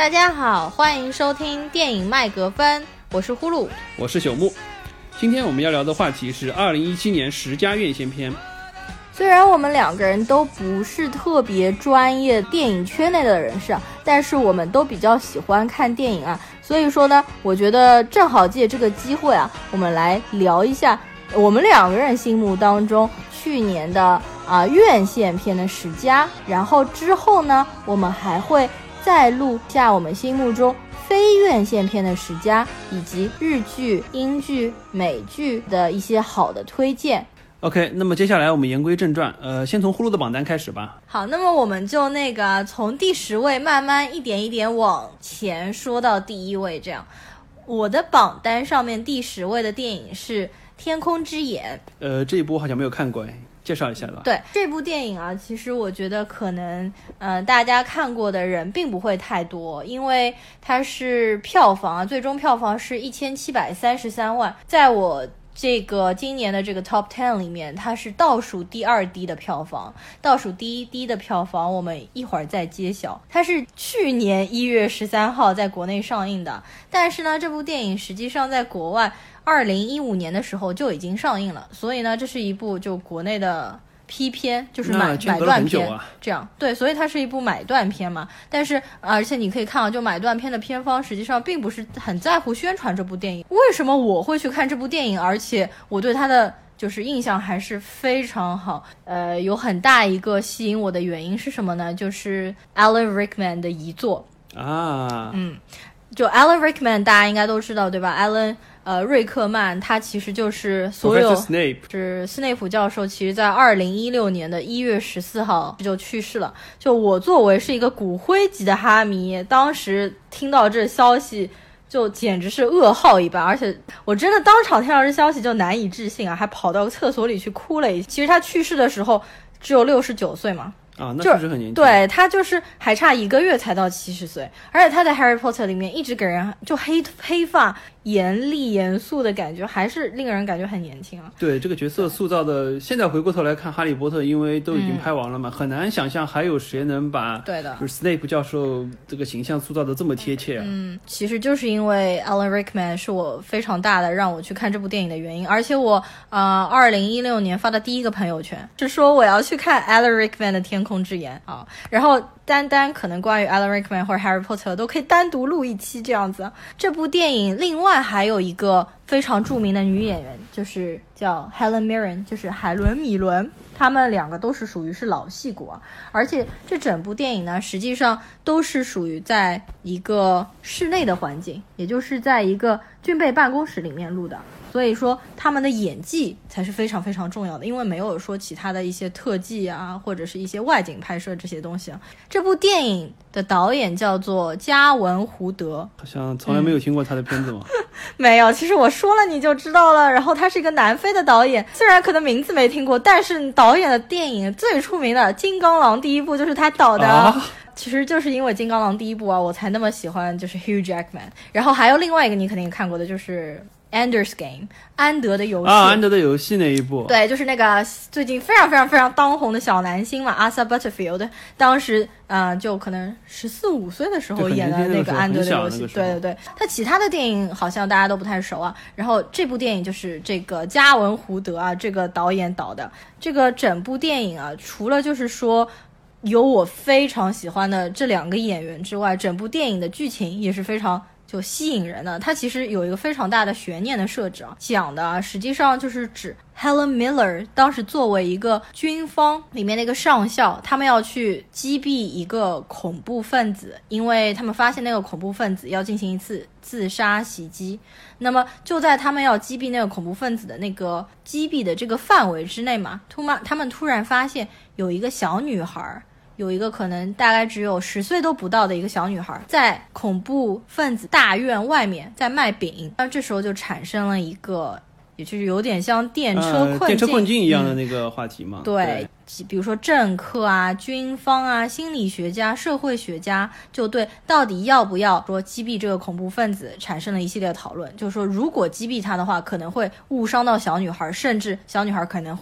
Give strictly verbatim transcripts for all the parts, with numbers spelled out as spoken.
大家好，欢迎收听电影麦格芬，我是呼噜， 我是朽木。今天我们要聊的话题是二零一七年十佳院线片。 虽然我们两个人都不是特别专业电影圈内的人士啊，但是我们都比较喜欢看电影啊，所以说呢，我觉得正好借这个机会啊，我们来聊一下我们两个人心目当中去年的啊、呃、院线片的十佳，然后之后呢，我们还会再录下我们心目中非院线片的十佳，以及日剧、英剧、美剧的一些好的推荐。 OK， 那么接下来我们言归正传，呃，先从呼噜的榜单开始吧。 好，那么我们就那个从第十位慢慢一点一点往前说到第一位，这样。我的榜单上面第十位的电影是《天空之眼》。 呃，这一部我好像没有看过，哎，介绍一下吧。 对，这部电影啊，其实我觉得可能，嗯、呃，大家看过的人并不会太多，因为它是票房啊，最终票房是一千七百三十三万，在我这个今年的这个 top ten 里面，它是倒数第二低的票房，倒数第一低的票房我们一会儿再揭晓。它是去年一月十三号在国内上映的，但是呢，这部电影实际上在国外二零一五年的时候就已经上映了，所以呢，这是一部就国内的批片，就是买买断片、啊、这样。对，所以它是一部买断片嘛。但是而且你可以看啊，就买断片的片方实际上并不是很在乎宣传这部电影。为什么我会去看这部电影，而且我对它的就是印象还是非常好，呃，有很大一个吸引我的原因是什么呢？就是 Alan Rickman 的遗作啊。 嗯，就 Alan Rickman 大家应该都知道对吧？ Alan呃，瑞克曼他其实就是所有是斯内普教授，其实在二零一六年的一月十四号就去世了。就我作为是一个骨灰级的哈迷，当时听到这消息就简直是噩耗一般，而且我真的当场听到这消息就难以置信啊，还跑到厕所里去哭了一下。其实他去世的时候只有六十九岁嘛。 啊，那确实很年轻。 对，他就是还差一个月才到七十岁，而且他在 Harry Potter 里面一直给人就黑黑发、严厉严肃的感觉，还是令人感觉很年轻啊。 对，这个角色塑造的，现在回过头来看哈利波特，因为都已经拍完了嘛、嗯、很难想象还有谁能把对的就是斯内普教授这个形象塑造的这么贴切啊。 嗯，其实就是因为 Alan Rickman 是我非常大的让我去看这部电影的原因，而且我呃二零一六年发的第一个朋友圈是说我要去看 Alan Rickman 的天空之眼啊，然后单单可能关于 Alan Rickman 或者 Harry Potter 都可以单独录一期这样子。这部电影另外还有一个非常著名的女演员，就是叫 Helen Mirren， 就是海伦米伦，他们两个都是属于是老戏骨啊。而且这整部电影呢，实际上都是属于在一个室内的环境，也就是在一个军备办公室里面录的。所以说他们的演技才是非常非常重要的，因为没有说其他的一些特技啊，或者是一些外景拍摄这些东西啊。这部电影的导演叫做加文·胡德， 好像从来没有听过他的片子吗？ 嗯、没有，其实我说了你就知道了。然后他是一个南非的导演，虽然可能名字没听过，但是导演的电影最出名的《金刚狼》第一部就是他导的。啊，其实就是因为《金刚狼》第一部啊，我才那么喜欢就是 Hugh Jackman。然后还有另外一个你肯定看过的就是Ender's Game， 安德的游戏啊，安德的游戏那一部， 对，就是那个最近非常非常非常当红的小男星嘛 ，Asa Butterfield， 当时呃就可能十四五岁的时候演的那个安德的游戏，对对对。他其他的电影好像大家都不太熟啊。然后这部电影就是这个加文·胡德啊，这个导演导的。这个整部电影啊，除了就是说有我非常喜欢的这两个演员之外，整部电影的剧情也是非常就吸引人的。它其实有一个非常大的悬念的设置啊，讲的实际上就是指 Helen Miller 当时作为一个军方里面的一个上校，他们要去击毙一个恐怖分子，因为他们发现那个恐怖分子要进行一次自杀袭击。那么就在他们要击毙那个恐怖分子的那个击毙的这个范围之内嘛，突然他们突然发现有一个小女孩，有一个可能大概只有十岁都不到的一个小女孩，在恐怖分子大院外面在卖饼。那这时候就产生了一个，也就是有点像电车困境、呃、 电车困境一样的那个话题嘛、嗯、 对, 对， 比如说政客啊、军方啊、心理学家、社会学家就对到底要不要说击毙这个恐怖分子产生了一系列讨论。就是说如果击毙他的话可能会误伤到小女孩，甚至小女孩可能会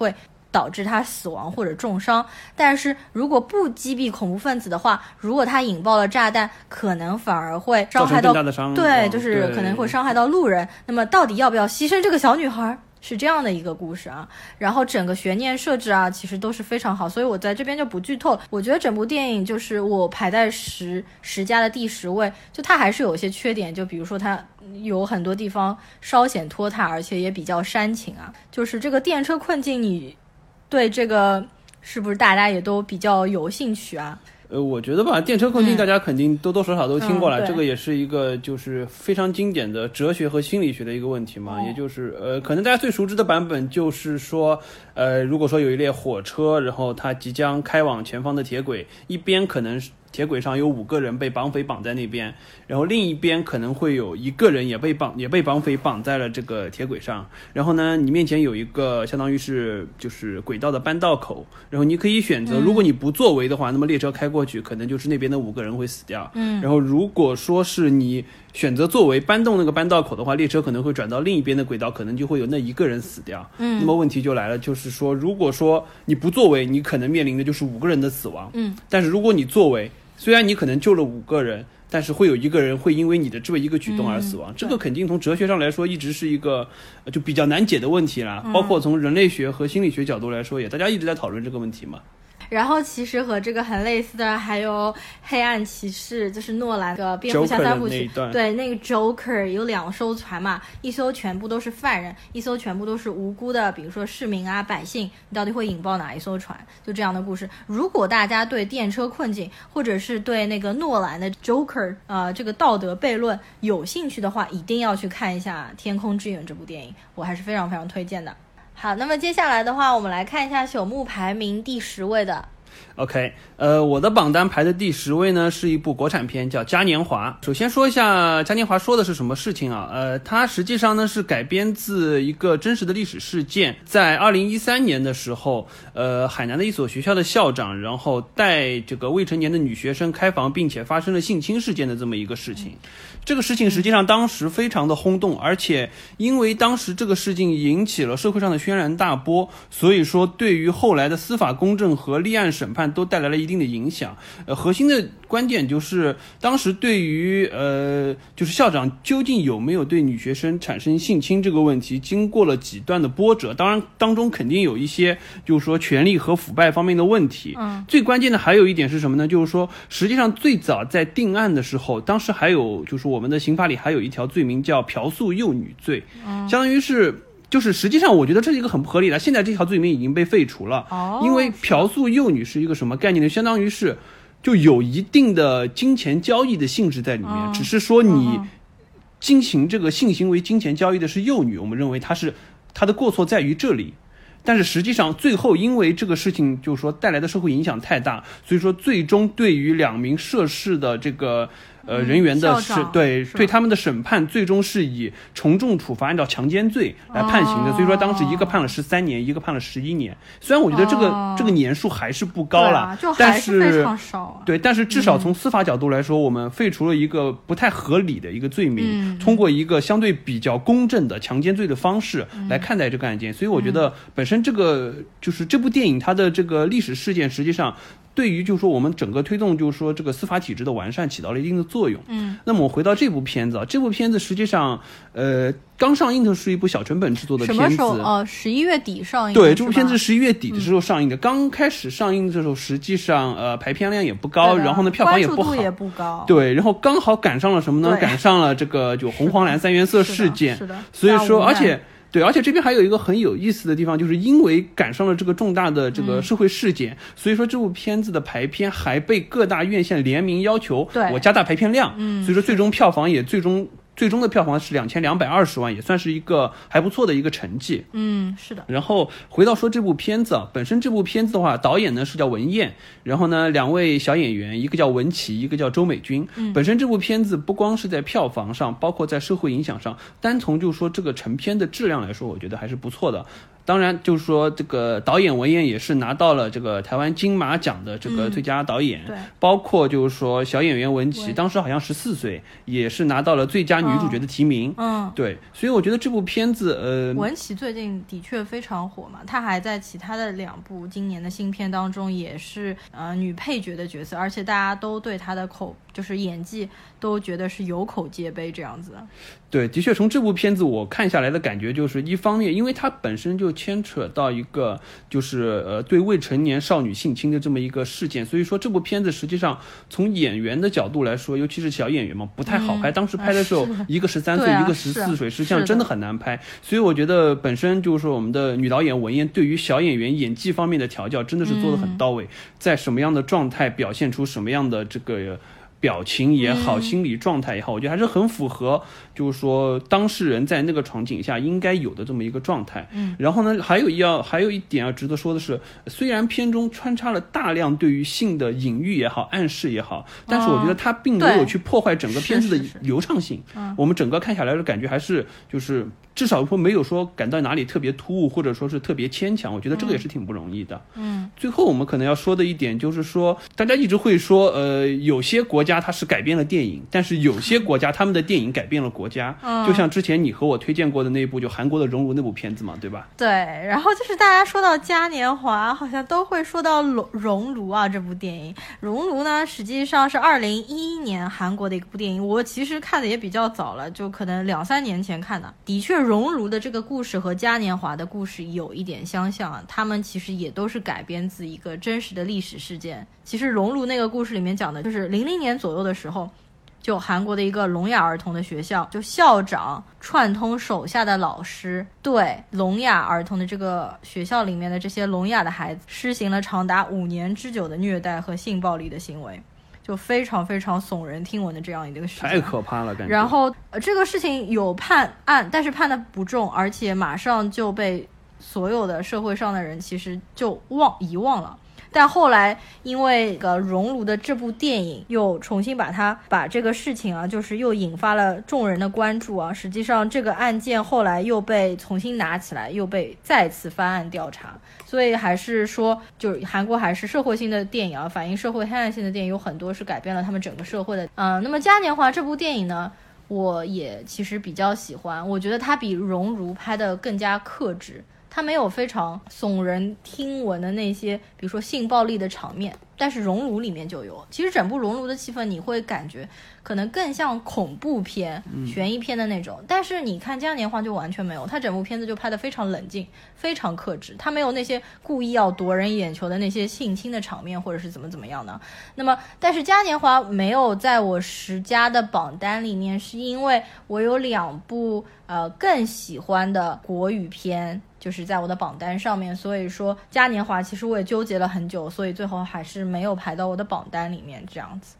导致他死亡或者重伤。但是如果不击毙恐怖分子的话，如果他引爆了炸弹，可能反而会伤害到，对，就是可能会伤害到路人。那么到底要不要牺牲这个小女孩？是这样的一个故事啊，然后整个悬念设置啊，其实都是非常好，所以我在这边就不剧透了。我觉得整部电影就是我排在十十佳的第十位，就它还是有一些缺点，就比如说它有很多地方稍显拖沓，而且也比较煽情啊。就是这个电车困境，你对这个是不是大家也都比较有兴趣啊？ 呃，我觉得吧，电车困境大家肯定多多少少都听过了、 嗯嗯、 这个也是一个就是非常经典的哲学和心理学的一个问题嘛、哦、也就是呃，可能大家最熟知的版本就是说呃，如果说有一列火车，然后它即将开往前方的铁轨，一边可能铁轨上有五个人被绑匪绑在那边，然后另一边可能会有一个人也被绑也被绑匪绑在了这个铁轨上，然后呢你面前有一个相当于是就是轨道的搬道口，然后你可以选择，如果你不作为的话、嗯、那么列车开过去可能就是那边的五个人会死掉，嗯，然后如果说是你选择作为搬动那个搬道口的话，列车可能会转到另一边的轨道，可能就会有那一个人死掉。嗯，那么问题就来了，就是说如果说你不作为，你可能面临的就是五个人的死亡。嗯，但是如果你作为，虽然你可能救了五个人，但是会有一个人会因为你的这么一个举动而死亡、嗯、这个肯定从哲学上来说一直是一个就比较难解的问题啦、嗯、包括从人类学和心理学角度来说也大家一直在讨论这个问题嘛。 然后其实和这个很类似的还有黑暗骑士，就是诺兰的蝙蝠侠三部曲，对，那个 Joker 有两艘船嘛，一艘全部都是犯人，一艘全部都是无辜的比如说市民啊百姓，你到底会引爆哪一艘船，就这样的故事。如果大家对电车困境或者是对那个诺兰的 Joker 呃这个道德悖论有兴趣的话，一定要去看一下天空之影这部电影，我还是非常非常推荐的。好，那么接下来的话我们来看一下朽木排名第十位的。 OK， 呃，我的榜单排的第十位呢是一部国产片叫《嘉年华》。首先说一下《嘉年华》说的是什么事情啊？呃，它实际上呢是改编自一个真实的历史事件，在二零一三年的时候，呃，海南的一所学校的校长，然后带这个未成年的女学生开房，并且发生了性侵事件的这么一个事情。这个事情实际上当时非常的轰动，而且因为当时这个事情引起了社会上的轩然大波，所以说对于后来的司法公正和立案审判都带来了一定的影响。呃，核心的观点就是当时对于呃就是校长究竟有没有对女学生产生性侵这个问题经过了几段的波折，当然当中肯定有一些就是说权力和腐败方面的问题。嗯，最关键的还有一点是什么呢？就是说实际上最早在定案的时候，当时还有就是我们的刑法里还有一条罪名叫嫖宿幼女罪，嗯，相当于是就是实际上我觉得这是一个很不合理的，现在这条罪名已经被废除了。哦，因为嫖宿幼女是一个什么概念呢？相当于是就有一定的金钱交易的性质在里面，哦，只是说你进行这个性行为金钱交易的是幼女，我们认为它是它的过错在于这里。但是实际上最后因为这个事情就是说带来的社会影响太大，所以说最终对于两名涉事的这个呃人员的是、嗯、对对他们的审判最终是以从重处罚按照强奸罪来判刑的、哦、所以说当时一个判了十三年，一个判了十一年。虽然我觉得这个、哦、这个年数还是不高了、啊、 就还是非常少、啊、 对，但是至少从司法角度来说、嗯、我们废除了一个不太合理的一个罪名、嗯、通过一个相对比较公正的强奸罪的方式来看待这个案件、嗯、所以我觉得本身这个就是这部电影它的这个历史事件实际上对于就是说我们整个推动就是说这个司法体制的完善起到了一定的作用。嗯，那么我回到这部片子啊，这部片子实际上呃刚上映的是一部小成本制作的片子。什么时候？呃，十一月底上映。对，这部片子十一月底的时候上映的。嗯、刚开始上映的时候，实际上呃排片量也不高，然后呢票房也不好，关注度也不高。对，然后刚好赶上了什么呢？赶上了这个就红黄蓝三原色事件。是的。是的所以说，而且。对，而且这边还有一个很有意思的地方，就是因为赶上了这个重大的这个社会事件、嗯、所以说这部片子的排片还被各大院线联名要求我加大排片量，嗯，所以说最终票房也最终最终的票房是两千两百二十万，也算是一个还不错的一个成绩。嗯，是的。然后回到说这部片子啊，本身这部片子的话，导演呢是叫文彦，然后呢两位小演员，一个叫文琪，一个叫周美君。嗯，本身这部片子不光是在票房上，包括在社会影响上，单从就说这个成片的质量来说，我觉得还是不错的。 当然就是说这个导演文彦也是拿到了这个台湾金马奖的这个最佳导演、嗯、 对， 包括就是说小演员文琪当时好像十四岁也是拿到了最佳女主角的提名。 嗯， 对，所以我觉得这部片子呃， 文琪最近的确非常火嘛，她还在其他的两部今年的新片当中也是呃女配角的角色，而且大家都对她的口就是演技都觉得是有口皆碑这样子。 对，的确从这部片子我看下来的感觉就是一方面因为它本身就牵扯到一个就是呃对未成年少女性侵的这么一个事件，所以说这部片子实际上从演员的角度来说，尤其是小演员嘛不太好拍、嗯、当时拍的时候、啊、一个十三岁、啊、一个十四岁，实际上真的很难拍，所以我觉得本身就是说我们的女导演文彦对于小演员演技方面的调教真的是做得很到位、嗯、在什么样的状态表现出什么样的这个表情也好、嗯、心理状态也好，我觉得还是很符合就是说当事人在那个场景下应该有的这么一个状态。嗯，然后呢还有一要还有一点要值得说的是，虽然片中穿插了大量对于性的隐喻也好暗示也好，但是我觉得它并没有去破坏整个片子的流畅性、嗯、我们整个看下来的感觉还是就是至少说没有说感到哪里特别突兀或者说是特别牵强，我觉得这个也是挺不容易的。嗯，最后我们可能要说的一点就是说，大家一直会说呃有些国家它是改编了电影，但是有些国家他们的电影改变了国家、嗯、就像之前你和我推荐过的那一部就韩国的熔炉那部片子嘛，对吧？ 对，然后就是大家说到嘉年华好像都会说到熔炉啊，这部电影熔炉呢实际上是二零一一年韩国的一部电影，我其实看的也比较早了，就可能两三年前看的。的确熔炉的这个故事和嘉年华的故事有一点相像啊，他们其实也都是改编自一个真实的历史事件。其实熔炉那个故事里面讲的就是零零年左右的时候，就韩国的一个聋哑儿童的学校，就校长串通手下的老师对聋哑儿童的这个学校里面的这些聋哑的孩子施行了长达五年之久的虐待和性暴力的行为，就非常非常耸人听闻的这样一个事情， 太可怕了感觉。 然后、呃、这个事情有判案，但是判的不重，而且马上就被所有的社会上的人其实就忘遗忘了。但后来因为个熔炉的这部电影又重新把它把这个事情啊就是又引发了众人的关注啊，实际上这个案件后来又被重新拿起来，又被再次翻案调查，所以还是说就是韩国还是社会性的电影啊，反映社会黑暗性的电影有很多是改变了他们整个社会的。嗯、呃，那么嘉年华这部电影呢我也其实比较喜欢，我觉得它比熔炉拍的更加克制，它没有非常耸人听闻的那些比如说性暴力的场面，但是熔炉里面就有。其实整部熔炉的气氛你会感觉可能更像恐怖片、嗯、悬疑片的那种，但是你看嘉年华就完全没有，它整部片子就拍得非常冷静非常克制，它没有那些故意要夺人眼球的那些性侵的场面或者是怎么怎么样的。那么但是嘉年华没有在我十佳的榜单里面，是因为我有两部呃更喜欢的国语片就是在我的榜单上面，所以说嘉年华其实我也纠结了很久，所以最后还是没有排到我的榜单里面这样子。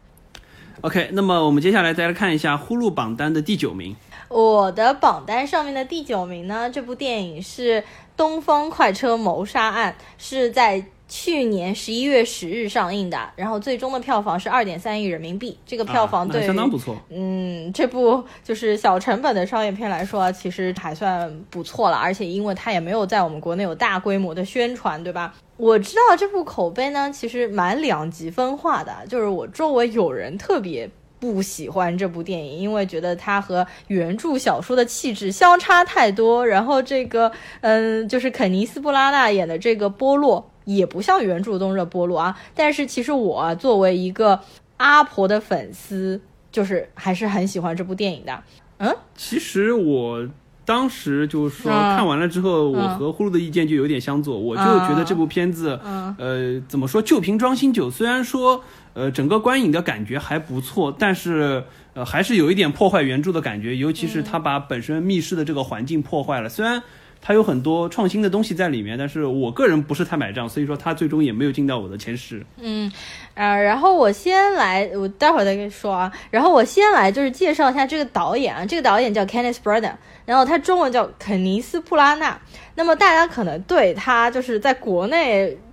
OK， 那么我们接下来再来看一下呼噜榜单的第九名。 我的榜单上面的第九名呢，这部电影是《东方快车谋杀案》，是在去年十一月十日上映的，然后最终的票房是二点三亿人民币，这个票房对、啊、 相当不错。 嗯，这部就是小成本的商业片来说其实还算不错了，而且因为它也没有在我们国内有大规模的宣传，对吧？我知道这部口碑呢其实蛮两极分化的，就是我周围有人特别不喜欢这部电影，因为觉得它和原著小说的气质相差太多，然后这个嗯，就是肯尼斯布拉纳演的这个波洛也不像原著中的波洛啊。但是其实我、啊、作为一个阿婆的粉丝，就是还是很喜欢这部电影的。嗯， 其实我当时就是说看完了之后、嗯、我和呼噜的意见就有点相左、嗯、我就觉得这部片子、嗯、呃，怎么说，旧瓶装新酒，虽然说呃，整个观影的感觉还不错，但是呃，还是有一点破坏原著的感觉，尤其是他把本身密室的这个环境破坏了、嗯、虽然它有很多创新的东西在里面，但是我个人不是太买账，所以说它最终也没有进到我的前十。 嗯，呃，然后我先来，我待会儿再跟你说啊。然后我先来就是介绍一下这个导演啊，这个导演叫 Kenneth Branagh， 然后他中文叫肯尼斯·布拉纳。那么大家可能对他就是在国内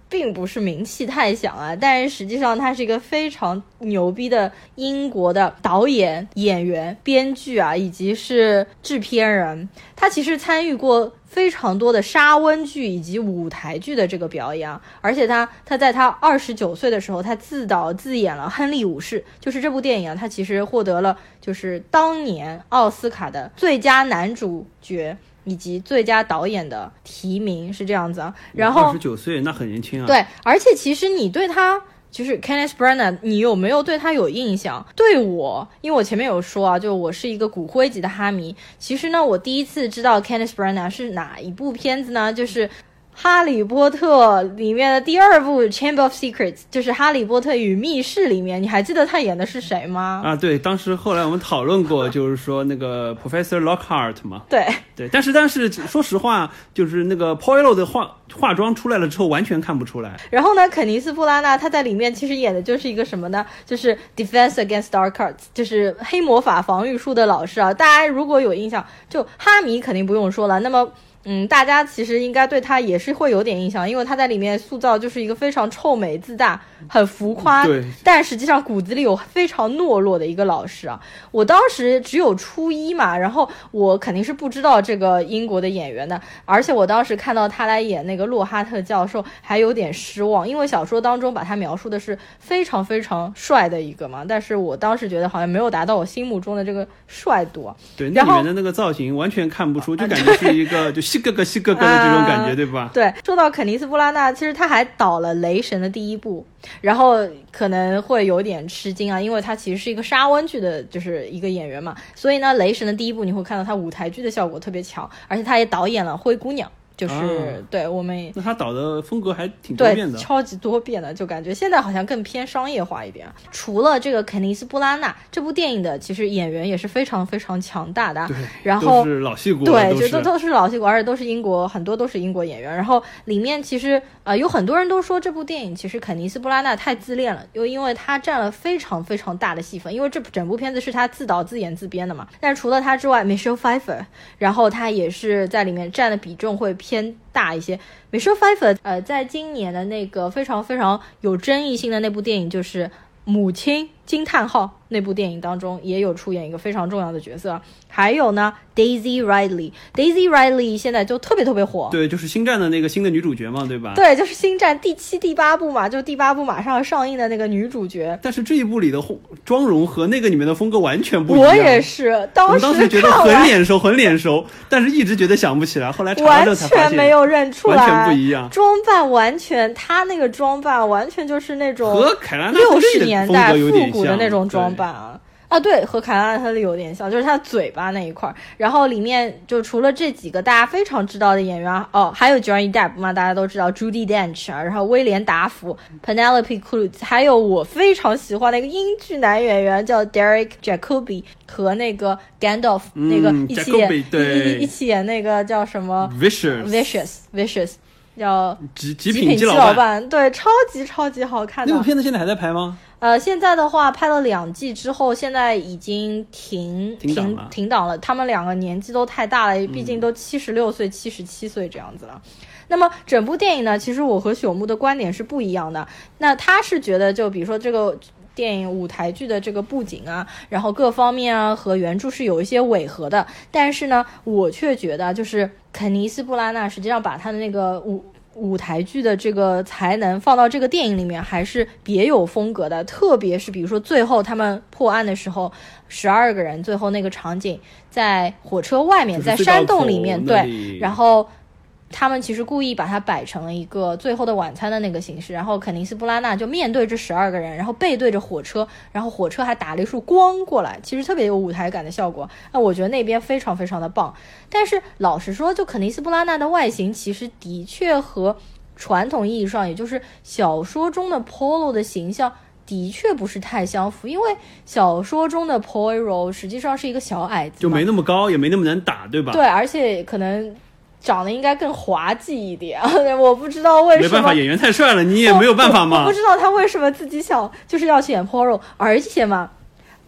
并不是名气太响啊，但是实际上他是一个非常牛逼的英国的导演、演员、编剧啊，以及是制片人。他其实参与过非常多的沙温剧以及舞台剧的这个表演啊，而且他他在他二十九岁的时候，他自导自演了《亨利五世》，就是这部电影啊，他其实获得了就是当年奥斯卡的最佳男主角以及最佳导演的提名，是这样子啊。然后二十九岁那很年轻啊。 对，而且其实你对他就是 Kenneth Branagh 你有没有对他有印象？对我，因为我前面有说啊，就我是一个骨灰级的哈迷。其实呢，我第一次知道 Kenneth Branagh 是哪一部片子呢？就是哈利波特里面的第二部 Chamber of Secrets， 就是哈利波特与密室里面，你还记得他演的是谁吗？ 啊，对，当时后来我们讨论过，就是说那个 Professor Lockhart 嘛。 对对，但是但是说实话，就是那个 Poirot 的化化妆出来了之后，完全看不出来。 然后呢，肯尼斯布拉纳他在里面其实演的就是一个什么呢？就是 Defense Against Dark Arts， 就是黑魔法防御术的老师啊。大家如果有印象，就哈迷肯定不用说了。那么嗯，大家其实应该对他也是会有点印象，因为他在里面塑造就是一个非常臭美自大、很浮夸， 对， 但实际上骨子里有非常懦弱的一个老师啊。我当时只有初一嘛，然后我肯定是不知道这个英国的演员的，而且我当时看到他来演那个洛哈特教授还有点失望，因为小说当中把他描述的是非常非常帅的一个嘛，但是我当时觉得好像没有达到我心目中的这个帅度。 对，那里面的那个造型完全看不出，就感觉是一个就细哥哥细哥哥的这种感觉、啊、对吧？ 对，说到肯尼斯布拉纳，其实他还导了雷神的第一部，然后可能会有点吃惊啊，因为他其实是一个沙温剧的就是一个演员嘛，所以呢雷神的第一部你会看到他舞台剧的效果特别强，而且他也导演了灰姑娘，就是、啊、对我们那他导的风格还挺多变的， 对，超级多变的，就感觉现在好像更偏商业化一点。除了这个肯尼斯布拉纳，这部电影的其实演员也是非常非常强大的， 对， 然后都是老戏骨， 对， 都是都都是老戏骨，而且都是英国，很多都是英国演员。然后里面其实呃有很多人都说这部电影其实肯尼斯布拉纳太自恋了，又因为他占了非常非常大的戏份，因为这整部片子是他自导自演自编的嘛。但是除了他之外 ，Michelle Pfeiffer， 然后他也是在里面占的比重会偏大一些。Michelle Pfeiffer 呃，在今年的那个非常非常有争议性的那部电影就是《母亲惊叹号》那部电影当中也有出演一个非常重要的角色。还有呢 Daisy Ridley Daisy Ridley 现在就特别特别火， 对，就是星战的那个新的女主角嘛，对吧？ 对，就是星战第七第八部嘛，就第八部马上要上映的那个女主角。 但是这一部里的妆容和那个里面的风格完全不一样。 我也是当时我当时觉得很脸熟很脸熟，但是一直觉得想不起来，后来查了之后才发现完全没有认出来， 完全不一样， 装扮完全，她那个装扮完全就是那种和凯拉纳六十年代复古的那种装扮啊。啊，对，和凯拉特利有点像，就是他嘴巴那一块。然后里面就除了这几个大家非常知道的演员啊，哦，还有 Johnny Depp 嘛，大家都知道 Judi Dench 啊，然后威廉达福 Penelope Cruz， 还有我非常喜欢的一个英剧男演员叫 Derek Jacobi， 和那个 Gandalf、嗯、那个一起演 Jacobi, 对一, 一起演那个叫什么 Vicious Vicious Vicious 叫极极品基老伴，对，超级超级好看的。 那部片子现在还在拍吗？ 呃，现在的话拍了两季之后，现在已经停停档了， 停档了。他们两个年纪都太大了，毕竟都七十六岁、七十七岁这样子了。那么整部电影呢，其实我和朽木的观点是不一样的。那他是觉得，就比如说这个电影舞台剧的这个布景啊，然后各方面啊和原著是有一些违和的，但是呢，我却觉得就是肯尼斯布拉纳实际上把他的那个舞。舞台剧的这个才能放到这个电影里面还是别有风格的，特别是比如说最后他们破案的时候，十二个人最后那个场景在火车外面，在山洞里面，对，然后他们其实故意把它摆成了一个最后的晚餐的那个形式，然后肯尼斯布拉纳就面对这十二个人，然后背对着火车，然后火车还打了一束光过来，其实特别有舞台感的效果。那我觉得那边非常非常的棒。但是老实说，就肯尼斯布拉纳的外形其实的确和传统意义上，也就是小说中的 Polo 的形象的确不是太相符，因为小说中的 Poirot 实际上是一个小矮子， 就没那么高，也没那么能打，对吧？ 对，而且可能长得应该更滑稽一点，我不知道为什么。 没办法，演员太帅了，你也没有办法嘛。 我, 我不知道他为什么自己想就是要去演 Poirot， 而且嘛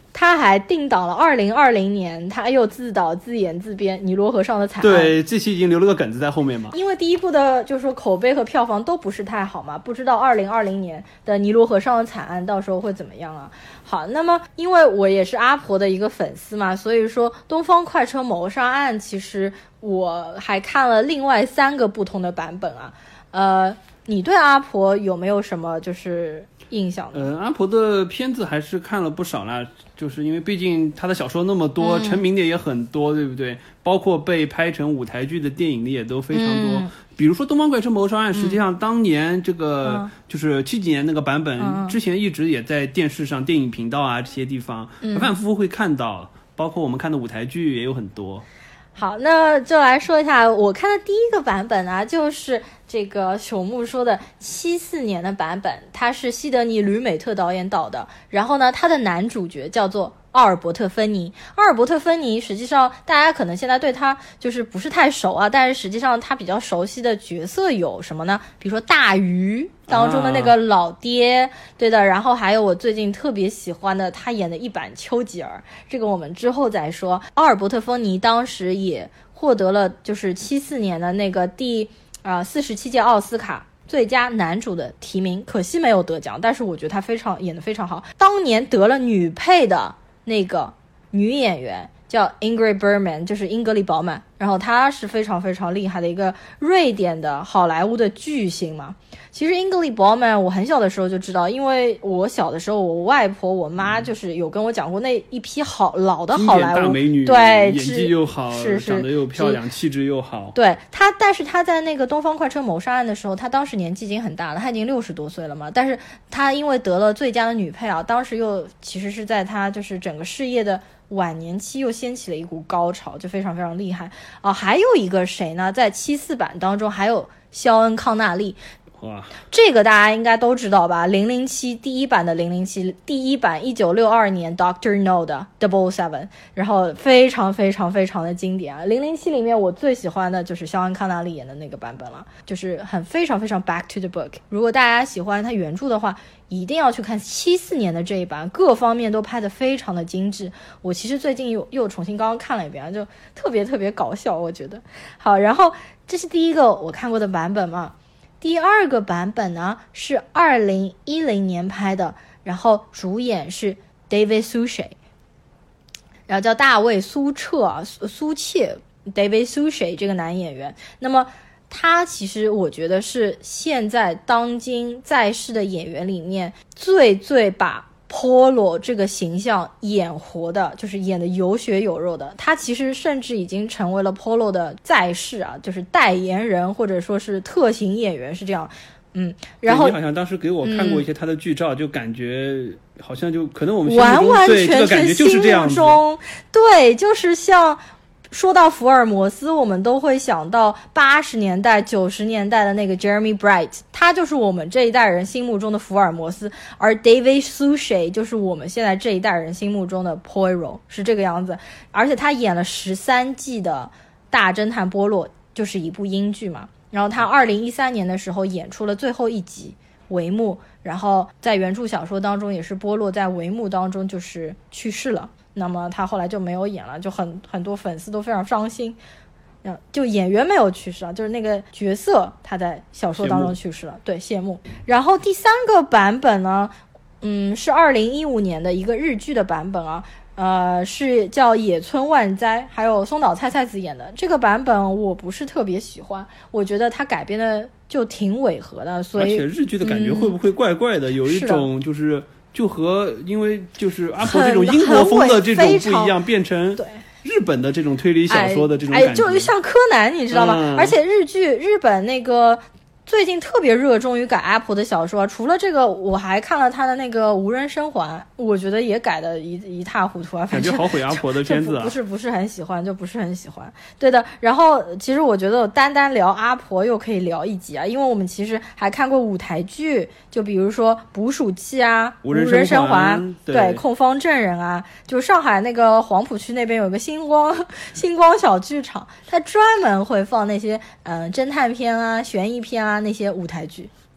他还定档了二零二零年，他又自导自演自编《尼罗河上的惨案》。 对，这期已经留了个梗子在后面嘛。 因为第一部的就是说口碑和票房都不是太好嘛，不知道二零二零年的《尼罗河上的惨案》到时候会怎么样啊？好，那么因为我也是阿婆的一个粉丝嘛，所以说《东方快车谋杀案》其实我还看了另外三个不同的版本啊。呃，你对阿婆有没有什么就是印象的？ 呃，阿婆的片子还是看了不少啦，就是因为毕竟她的小说那么多，嗯、成名的也很多，对不对？包括被拍成舞台剧的电影的也都非常多。嗯、比如说《东方快车谋杀案》，实际上当年这个、嗯、就是七几年那个版本、嗯，之前一直也在电视上、电影频道啊这些地方反反复复会看到，包括我们看的舞台剧也有很多。 好，那就来说一下我看的第一个版本啊，就是这个朽木说的七四年的版本，它是西德尼·吕美特导演导的，然后呢，他的男主角叫做奥尔伯特·芬尼。奥尔伯特·芬尼实际上大家可能现在对他就是不是太熟啊，但是实际上他比较熟悉的角色有什么呢？比如说大鱼当中的那个老爹、啊、对的，然后还有我最近特别喜欢的他演的一版丘吉尔，这个我们之后再说。奥尔伯特·芬尼当时也获得了就是七四年的那个第啊四十七届奥斯卡最佳男主的提名，可惜没有得奖，但是我觉得他非常演得非常好。当年得了女配的那个女演员叫 Ingrid Bergman， 就是英格丽·褒曼，然后她是非常非常厉害的一个瑞典的好莱坞的巨星嘛。其实英格丽·褒曼我很小的时候就知道，因为我小的时候我外婆我妈就是有跟我讲过那一批好老的好莱坞大美女， 对， 演技又好， 是是长得又漂亮，气质又好。 对她，但是她在那个《东方快车谋杀案》的时候，她当时年纪已经很大了，她已经六十多岁了嘛。但是她因为得了最佳的女配啊，当时又其实是在她就是整个事业的晚年期又掀起了一股高潮，就非常非常厉害啊。还有一个谁呢？在七四版当中还有肖恩·康纳利。 哇， 这个大家应该都知道吧？零零七第一版的零零七，第一版一九六二年 Doctor No 的 Double Seven， 然后非常非常非常的经典啊！零零七里面我最喜欢的就是肖恩康纳利演的那个版本了，就是很非常非常 Back to the Book。如果大家喜欢他原著的话，一定要去看七四年的这一版，各方面都拍得非常的精致。我其实最近又又重新刚刚看了一遍，就特别特别搞笑，我觉得。好，然后这是第一个我看过的版本嘛。第二个版本呢是二零一零年拍的，然后主演是 David Suchet， 然后叫大卫苏彻啊苏切 David Suchet 这个男演员。那么他其实我觉得是现在当今在世的演员里面最最把Polo 这个形象演活的，就是演的有血有肉的。他其实甚至已经成为了 Polo 的在世啊，就是代言人或者说是特型演员，是这样。嗯，然后你好像当时给我看过一些他的剧照，嗯、就感觉好像就可能我们完完全全这个感觉就是这样子， 对，就是像。说到福尔摩斯，我们都会想到八十年代九十年代的那个 Jeremy Bright， 他就是我们这一代人心目中的福尔摩斯，而 David Suchet 就是我们现在这一代人心目中的 Poirot， 是这个样子。而且他演了十三季的大侦探波洛，就是一部英剧嘛。然后他二零一三年的时候演出了最后一集帷幕，然后在原著小说当中也是波洛在帷幕当中就是去世了。那么他后来就没有演了，就很很多粉丝都非常伤心，就演员没有去世啊，就是那个角色他在小说当中去世了，对，谢幕。然后第三个版本呢，嗯，是二零一五年的一个日剧的版本啊，呃，是叫野村万斋，还有松岛菜菜子演的。这个版本我不是特别喜欢，我觉得他改编的就挺违和的，所以而且日剧的感觉会不会怪怪的，嗯、有一种就是。就和因为就是阿婆这种英国风的这种不一样，变成日本的这种推理小说的这种感觉， 哎，哎就像柯南，你知道吗？嗯、而且日剧日本那个最近特别热衷于改阿婆的小说，除了这个，我还看了他的那个《无人生还》，我觉得也改的一一塌糊涂啊， 感觉好毁阿婆的片子啊， 不是不是很喜欢，就不是很喜欢。对的，然后其实我觉得单单聊阿婆又可以聊一集啊，因为我们其实还看过舞台剧。就比如说捕鼠器啊，无人生还，对，对控方证人啊，就上海那个黄浦区那边有个星光星光小剧场，它专门会放那些嗯、呃、侦探片啊、悬疑片啊那些舞台剧。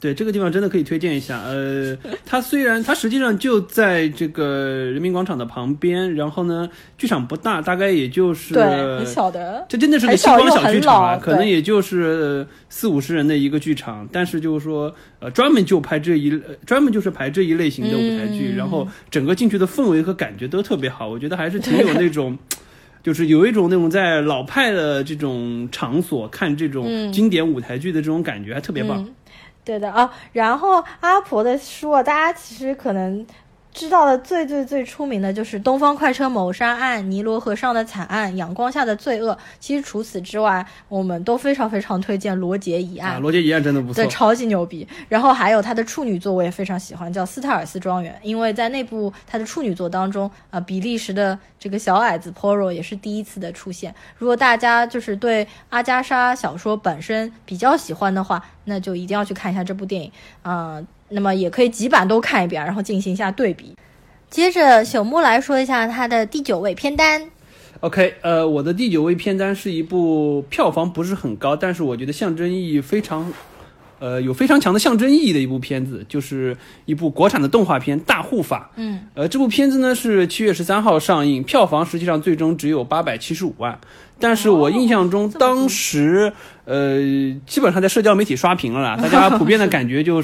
对，这个地方真的可以推荐一下。呃，它虽然它实际上就在这个人民广场的旁边，然后呢，剧场不大，大概也就是对很小的， 这真的是个星光小剧场啊，可能也就是四五十人的一个剧场，但是就是说，呃，专门就拍这一专门就是排这一类型的舞台剧，嗯、然后整个进去的氛围和感觉都特别好，我觉得还是挺有那种。就是有一种那种在老派的这种场所看这种经典舞台剧的这种感觉，嗯、还特别棒。 嗯、对的啊，然后阿婆的书啊，大家其实可能知道的最最最出名的就是《东方快车谋杀案》、《尼罗河上的惨案》、《阳光下的罪恶》。其实除此之外，我们都非常非常推荐《罗杰疑案》。 啊，《罗杰疑案》真的不错， 对，超级牛逼。然后还有他的处女作，我也非常喜欢，叫《斯泰尔斯庄园》，因为在那部他的处女作当中，啊、呃，比利时的这个小矮子 Poro 也是第一次的出现。如果大家就是对阿加莎小说本身比较喜欢的话，那就一定要去看一下这部电影啊。呃那么也可以几版都看一遍，然后进行一下对比。接着朽木来说一下他的第九位片单。 OK， 呃，我的第九位片单是一部票房不是很高，但是我觉得象征意义非常，呃，有非常强的象征意义的一部片子，就是一部国产的动画片《大护法》。 嗯， 呃，这部片子呢是七月十三号上映，票房实际上最终只有八百七十五万。但是我印象中，当时、哦、呃，基本上在社交媒体刷屏了啦，大家普遍的感觉就是，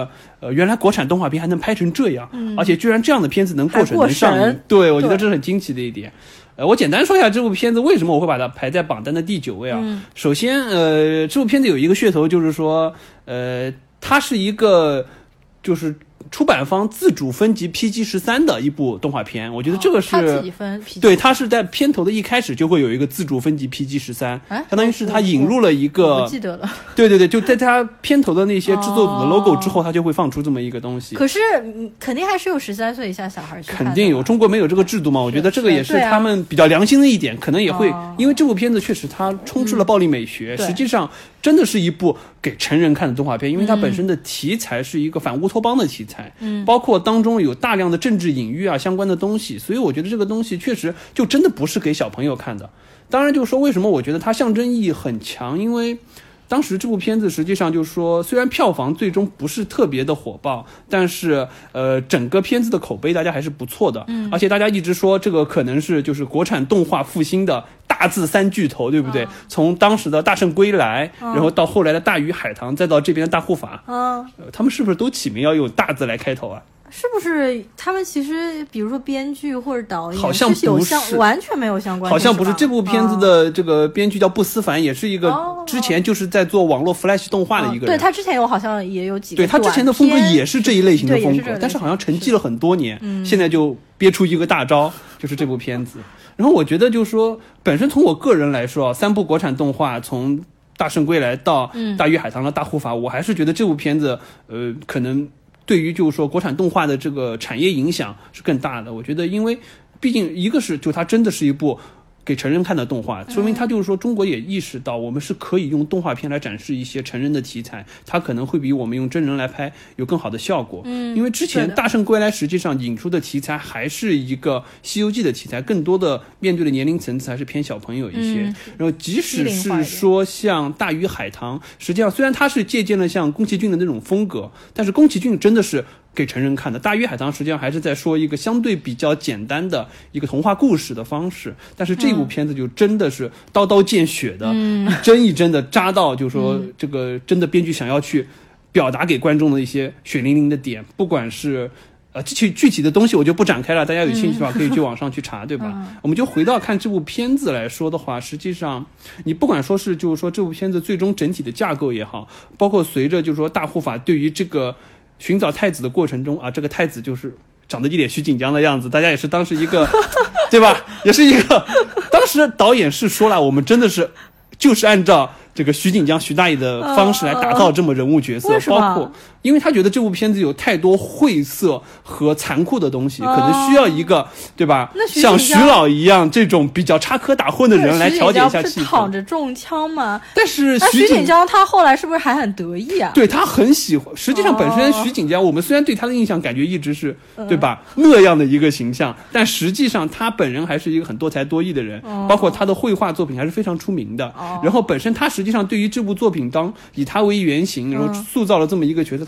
呃，原来国产动画片还能拍成这样， 嗯、 而且居然这样的片子能过审能上映，对，我觉得这是很惊奇的一点。呃，我简单说一下这部片子为什么我会把它排在榜单的第九位啊。 嗯、 首先，呃，这部片子有一个噱头，就是说，呃，它是一个就是出版方自主分级 P G 十三 的一部动画片，我觉得这个是、 哦、他自己分 P G 对，它是在片头的一开始就会有一个自主分级 P G 十三， 相当于是它引入了一个， 我不记得了， 对对对，就在它片头的那些制作组的 logo 之后，它就会放出这么一个东西。 可是肯定还是有十三岁以下小孩去看的， 肯定有，中国没有这个制度嘛？我觉得这个也是他们比较良心的一点，可能也会、哦、因为这部片子确实它充斥了暴力美学，嗯、实际上真的是一部给成人看的动画片，因为它本身的题材是一个反乌托邦的题材， 嗯， 包括当中有大量的政治隐喻啊相关的东西，所以我觉得这个东西确实就真的不是给小朋友看的。当然就是说为什么我觉得它象征意义很强，因为当时这部片子实际上就是说虽然票房最终不是特别的火爆，但是呃整个片子的口碑大家还是不错的， 嗯， 而且大家一直说这个可能是就是国产动画复兴的大字三巨头，对不对？ 哦、 从当时的大圣归来、 哦、 然后到后来的大鱼海棠，再到这边的大护法， 哦呃、他们是不是都起名要用大字来开头啊？ 是不是他们其实比如说编剧或者导演好像不是， 完全没有相关， 好像不是。这部片子的这个编剧叫布思凡，也是一个之前就是在做网络 Flash 动画的一个人， 对，他之前有好像也有几个， 对，他之前的风格也是这一类型的风格，但是好像沉寂了很多年， 嗯、 现在就憋出一个大招，就是这部片子。然后我觉得就是说本身从我个人来说，三部国产动画从大圣归来到大鱼海棠的大护法、嗯、我还是觉得这部片子呃可能对于就是说国产动画的这个产业影响是更大的。我觉得因为毕竟一个是就它真的是一部给成人看的动画，说明它就是说中国也意识到我们是可以用动画片来展示一些成人的题材，它可能会比我们用真人来拍有更好的效果。 嗯， 因为之前大圣归来实际上引出的题材还是一个西游记的题材，更多的面对的年龄层次还是偏小朋友一些、嗯、然后即使是说像大鱼海棠，实际上虽然它是借鉴了像宫崎骏的那种风格，但是宫崎骏真的是给成人看的，大鱼海棠实际上还是在说一个相对比较简单的一个童话故事的方式，但是这部片子就真的是刀刀见血的、 嗯、 一针一针的扎到就是说这个真的编剧想要去表达给观众的一些血淋淋的点，不管是呃具具体的东西我就不展开了，大家有兴趣的话可以去网上去查、嗯、对吧、嗯、我们就回到看这部片子来说的话，实际上你不管说是就是说这部片子最终整体的架构也好，包括随着就是说大护法对于这个寻找太子的过程中啊，这个太子就是长得一脸徐锦江的样子，大家也是当时一个对吧，也是一个当时导演是说了，我们真的是就是按照这个徐锦江徐大爷的方式来打造这么人物角色、 呃、 包括因为他觉得这部片子有太多晦涩和残酷的东西、 呃、 可能需要一个对吧那像徐老一样这种比较插科打诨的人来调节一下气氛。 徐锦江不是躺着中枪吗？ 但是徐锦江他后来是不是还很得意啊？ 对，他很喜欢，实际上本身徐锦江、哦、我们虽然对他的印象感觉一直是、嗯、对吧那样的一个形象，但实际上他本人还是一个很多才多艺的人、哦、包括他的绘画作品还是非常出名的、哦、然后本身他实际上对于这部作品当以他为原型然后塑造了这么一个角色、嗯、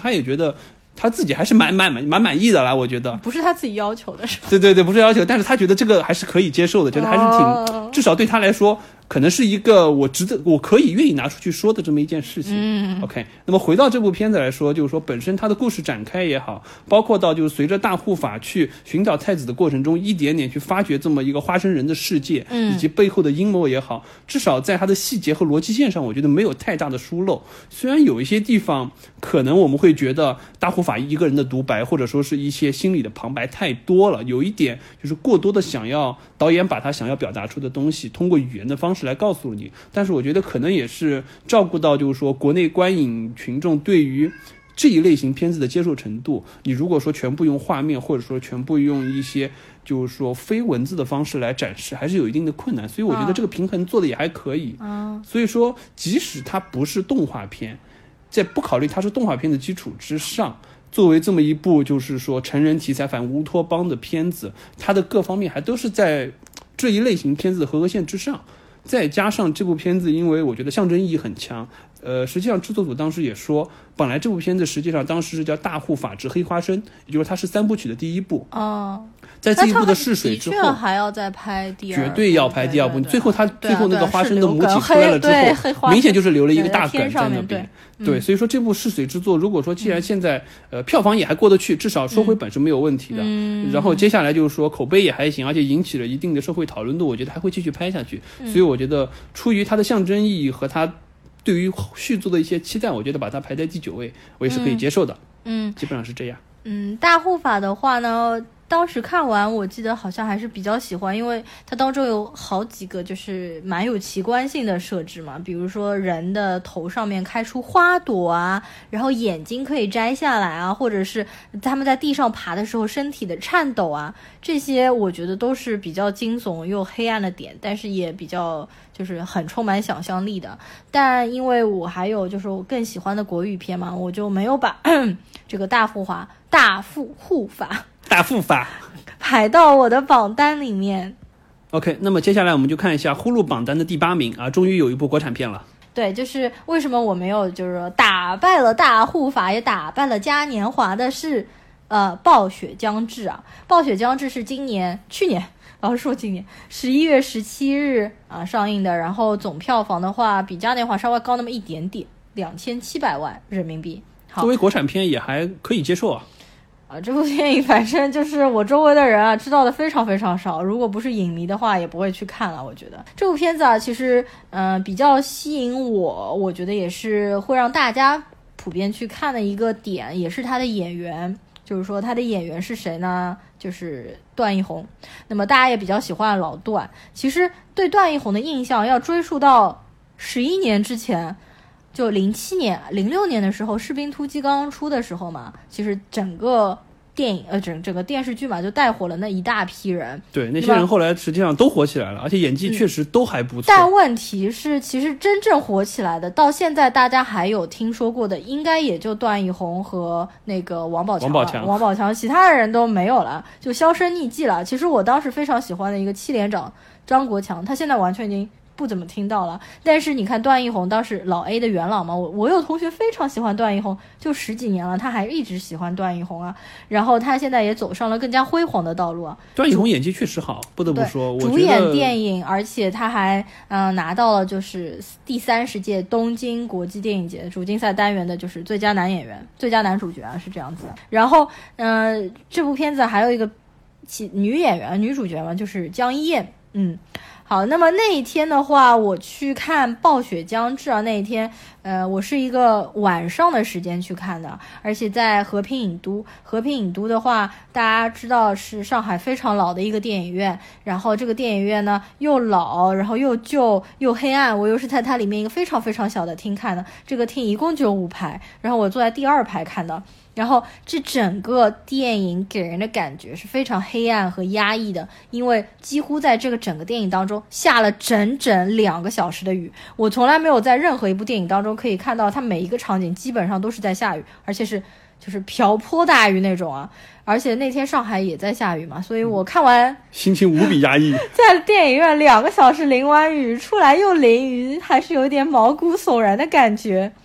他也觉得他自己还是蛮蛮蛮满意的啦，我觉得不是他自己要求的是吧？ 对对对，不是要求，但是他觉得这个还是可以接受的，觉得还是挺、哦、至少对他来说可能是一个我值得我可以愿意拿出去说的这么一件事情。 嗯 OK， 那么回到这部片子来说，就是说本身它的故事展开也好，包括到就是随着大护法去寻找太子的过程中，一点点去发掘这么一个花生人的世界、嗯、以及背后的阴谋也好，至少在它的细节和逻辑线上我觉得没有太大的疏漏。虽然有一些地方可能我们会觉得大护法一个人的独白或者说是一些心理的旁白太多了，有一点就是过多的想要导演把他想要表达出的东西通过语言的方式来告诉你，但是我觉得可能也是照顾到就是说国内观影群众对于这一类型片子的接受程度，你如果说全部用画面或者说全部用一些就是说非文字的方式来展示还是有一定的困难，所以我觉得这个平衡做的也还可以、 啊、 所以说即使它不是动画片，在不考虑它是动画片的基础之上，作为这么一部就是说成人题材反乌托邦的片子，它的各方面还都是在这一类型片子的合格线之上。再加上这部片子因为我觉得象征意义很强，呃，实际上制作组当时也说，本来这部片子实际上当时是叫大护法之黑花生，也就是它是三部曲的第一部。 哦， 在这一部的试水之后还要再拍第二部， 绝对要拍第二部。 对对对， 最后他最后那个花生的母体出来了之后，明显就是留了一个大梗在那边。 对, 对, 对，所以说这部试水之作，如果说既然现在、嗯、呃票房也还过得去，至少收回本是没有问题的、 嗯、 然后接下来就是说口碑也还行，而且引起了一定的社会讨论度，我觉得还会继续拍下去、嗯、所以我觉得出于它的象征意义和它对于续作的一些期待，我觉得把它排在第九位我也是可以接受的。 嗯， 基本上是这样。 嗯，大护法的话呢，当时看完我记得好像还是比较喜欢，因为它当中有好几个就是蛮有奇观性的设置嘛，比如说人的头上面开出花朵啊，然后眼睛可以摘下来啊，或者是他们在地上爬的时候身体的颤抖啊，这些我觉得都是比较惊悚又黑暗的点，但是也比较就是很充满想象力的。但因为我还有就是我更喜欢的国语片嘛，我就没有把这个大护法大护护法大护法排到我的榜单里面。 OK， 那么接下来我们就看一下呼噜榜单的第八名啊，终于有一部国产片了。 对，就是为什么我没有就是说打败了大护法也打败了嘉年华的是呃暴雪将至啊。暴雪将至是今年去年老实说今年十一月十七日啊上映的，然后总票房的话比嘉年华稍微高那么一点点，两千七百万人民币。好， 作为国产片也还可以接受啊。 啊，这部电影反正就是我周围的人啊知道的非常非常少，如果不是影迷的话也不会去看了。我觉得这部片子啊其实嗯、呃、比较吸引我，我觉得也是会让大家普遍去看的一个点，也是他的演员。就是说他的演员是谁呢？就是段奕宏。那么大家也比较喜欢老段，其实对段奕宏的印象要追溯到十一年之前，就零七年零六年的时候，士兵突击刚刚出的时候嘛，其实整个电影呃整整个电视剧嘛就带火了那一大批人。 对，那些人后来实际上都火起来了，而且演技确实都还不错、嗯、 但问题是其实真正火起来的到现在大家还有听说过的应该也就段奕宏和那个王宝强了。 王宝强王宝强其他的人都没有了，就销声匿迹了。其实我当时非常喜欢的一个七连长张国强，他现在完全已经不怎么听到了。但是你看段奕宏当时老 A 的元老嘛，我我有同学非常喜欢段奕宏，就十几年了他还一直喜欢段奕宏啊。然后他现在也走上了更加辉煌的道路啊。 段奕宏演技确实好，不得不说，我觉得主演电影，而且他还嗯、呃、拿到了就是第三十届东京国际电影节主竞赛单元的就是最佳男演员、最佳男主角啊，是这样子的。然后嗯、呃、这部片子还有一个其女演员、女主角嘛，就是江一燕。嗯。好，那么那一天的话我去看暴雪将至啊，那一天呃，我是一个晚上的时间去看的，而且在和平影都。和平影都的话大家知道是上海非常老的一个电影院，然后这个电影院呢又老，然后又旧又黑暗，我又是在它里面一个非常非常小的厅看的，这个厅一共就五排，然后我坐在第二排看的。然后这整个电影给人的感觉是非常黑暗和压抑的，因为几乎在这个整个电影当中下了整整两个小时的雨。我从来没有在任何一部电影当中可以看到它每一个场景基本上都是在下雨，而且是就是瓢泼大雨那种啊。而且那天上海也在下雨嘛，所以我看完、嗯、 心情无比压抑， 在电影院两个小时淋完雨出来又淋雨，还是有点毛骨悚然的感觉。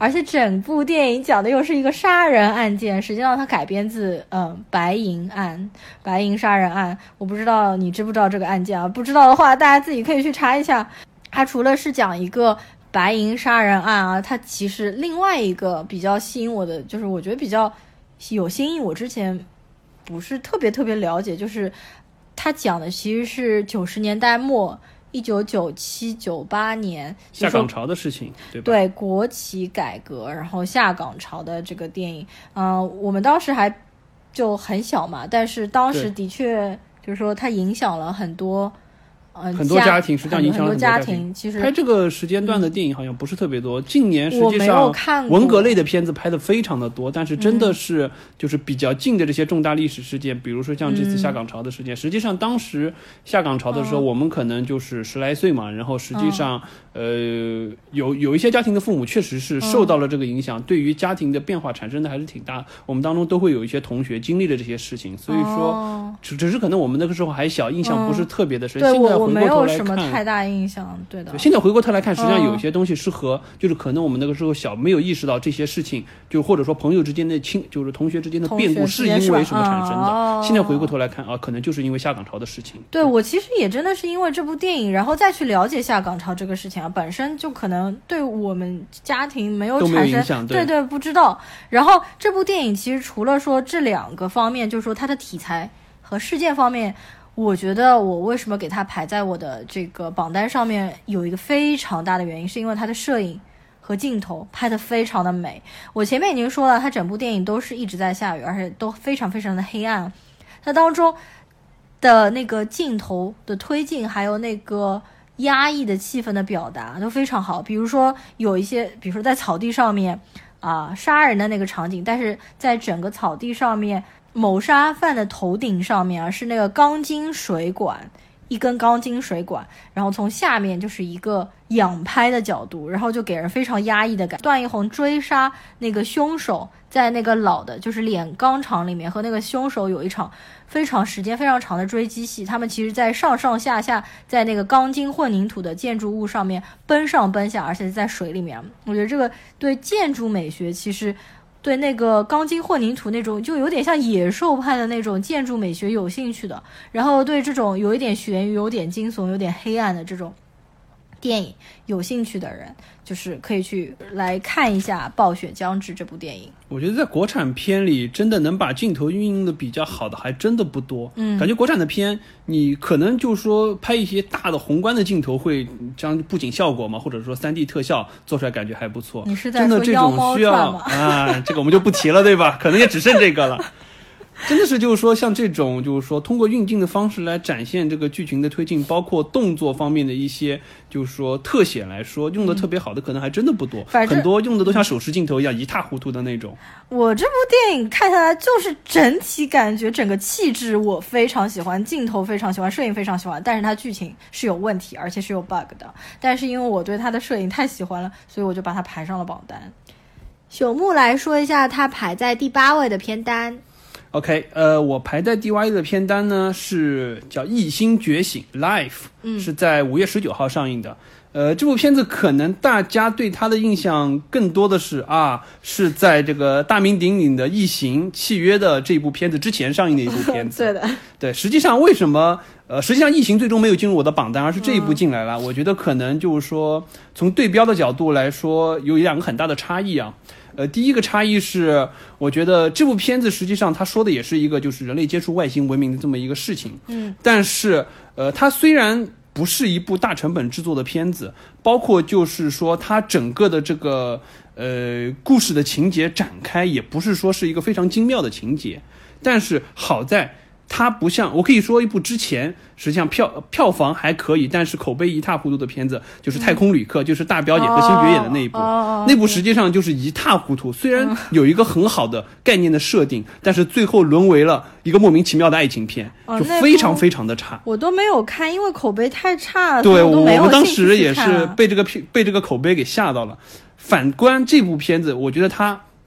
而且整部电影讲的又是一个杀人案件，实际上它改编自嗯白银案，白银杀人案。我不知道你知不知道这个案件啊？不知道的话，大家自己可以去查一下。它除了是讲一个白银杀人案啊，它其实另外一个比较吸引我的，就是我觉得比较有新意，我之前不是特别特别了解，就是它讲的其实是九十年代末。一九九七九八年下岗潮的事情，对吧？ 对，国企改革，然后下岗潮的这个电影，嗯、呃，我们当时还就很小嘛，但是当时的确就是说它影响了很多。呃， 很多家庭实际上影响了很多家庭。 其实拍这个时间段的电影好像不是特别多。嗯、近年实际上文革类的片子拍的非常的多，但是真的是就是比较近的这些重大历史事件，嗯、比如说像这次下岗潮的事件。嗯、实际上当时下岗潮的时候，嗯、我们可能就是十来岁嘛，然后实际上、嗯、呃有有一些家庭的父母确实是受到了这个影响，嗯、对于家庭的变化产生的还是挺大。我们当中都会有一些同学经历了这些事情，所以说、哦、只只是可能我们那个时候还小，印象不是特别的深。 嗯、 现在我没有什么太大印象，对的。 对，现在回过头来看，实际上有一些东西是和、嗯、就是可能我们那个时候小，没有意识到这些事情，就或者说朋友之间的亲，就是同学之间的变故是因为什么产生的。 哦、 现在回过头来看啊，可能就是因为下岗潮的事情。 对，我其实也真的是因为这部电影，然后再去了解下岗潮这个事情啊，本身就可能对我们家庭没有产生， 都没有影响， 对 对, 对，不知道。然后这部电影其实除了说这两个方面，就是说它的题材和事件方面。我觉得我为什么给它排在我的这个榜单上面，有一个非常大的原因，是因为它的摄影和镜头拍得非常的美。我前面已经说了，它整部电影都是一直在下雨，而且都非常非常的黑暗。它当中的那个镜头的推进，还有那个压抑的气氛的表达都非常好。比如说有一些，比如说在草地上面啊、呃、杀人的那个场景，但是在整个草地上面。谋杀犯的头顶上面啊是那个钢筋水管，一根钢筋水管，然后从下面就是一个仰拍的角度，然后就给人非常压抑的感觉。段奕宏追杀那个凶手，在那个老的就是炼钢厂里面和那个凶手有一场非常时间非常长的追击戏，他们其实在上上下下在那个钢筋混凝土的建筑物上面奔上奔下，而且是在水里面。我觉得这个对建筑美学其实对那个钢筋混凝土那种就有点像野兽派的那种建筑美学有兴趣的，然后对这种有一点悬疑有点惊悚有点黑暗的这种电影有兴趣的人，就是可以去来看一下《暴雪将至》这部电影。 我觉得在国产片里真的能把镜头运用的比较好的还真的不多。 嗯， 感觉国产的片你可能就是说拍一些大的宏观的镜头会将布景效果嘛，或者说 三 D 特效做出来感觉还不错。 你是在说妖猫传吗？ 啊，这个我们就不提了对吧？可能也只剩这个了。真的是就是说像这种就是说通过运镜的方式来展现这个剧情的推进，包括动作方面的一些就是说特写来说用的特别好的可能还真的不多，很多用的都像手持镜头一样一塌糊涂的那种。 我这部电影看下来就是整体感觉整个气质我非常喜欢，镜头非常喜欢，摄影非常喜欢，但是它剧情是有问题而且是有 bug 的，但是因为我对它的摄影太喜欢了，所以我就把它排上了榜单。朽木来说一下它排在第八位的片单。 OK， 呃，我排在第八位的片单呢是叫《异星觉醒》 Life， 嗯， 是在五月十九号上映的。呃，这部片子可能大家对它的印象更多的是啊，是在这个大名鼎鼎的《异形契约》的这部片子之前上映的一部片子。 对的， 对，实际上为什么呃，实际上《异形》最终没有进入我的榜单，而是这一部进来了。嗯、我觉得可能就是说，从对标的角度来说，有两个很大的差异啊。呃，第一个差异是，我觉得这部片子实际上它说的也是一个就是人类接触外星文明的这么一个事情。 嗯， 但是呃，它虽然不是一部大成本制作的片子，包括就是说它整个的这个呃故事的情节展开也不是说是一个非常精妙的情节，但是好在它不像，我可以说一部之前实际上票票房还可以但是口碑一塌糊涂的片子，就是太空旅客、嗯、就是大表姐和星爵演的那一部、 哦、 那部实际上就是一塌糊涂，虽然有一个很好的概念的设定、嗯、但是最后沦为了一个莫名其妙的爱情片、哦、就非常非常的差。 我都没有看，因为口碑太差了。 对， 我都没有我们当时也是被这个被这个口碑给吓到了。反观这部片子，我觉得它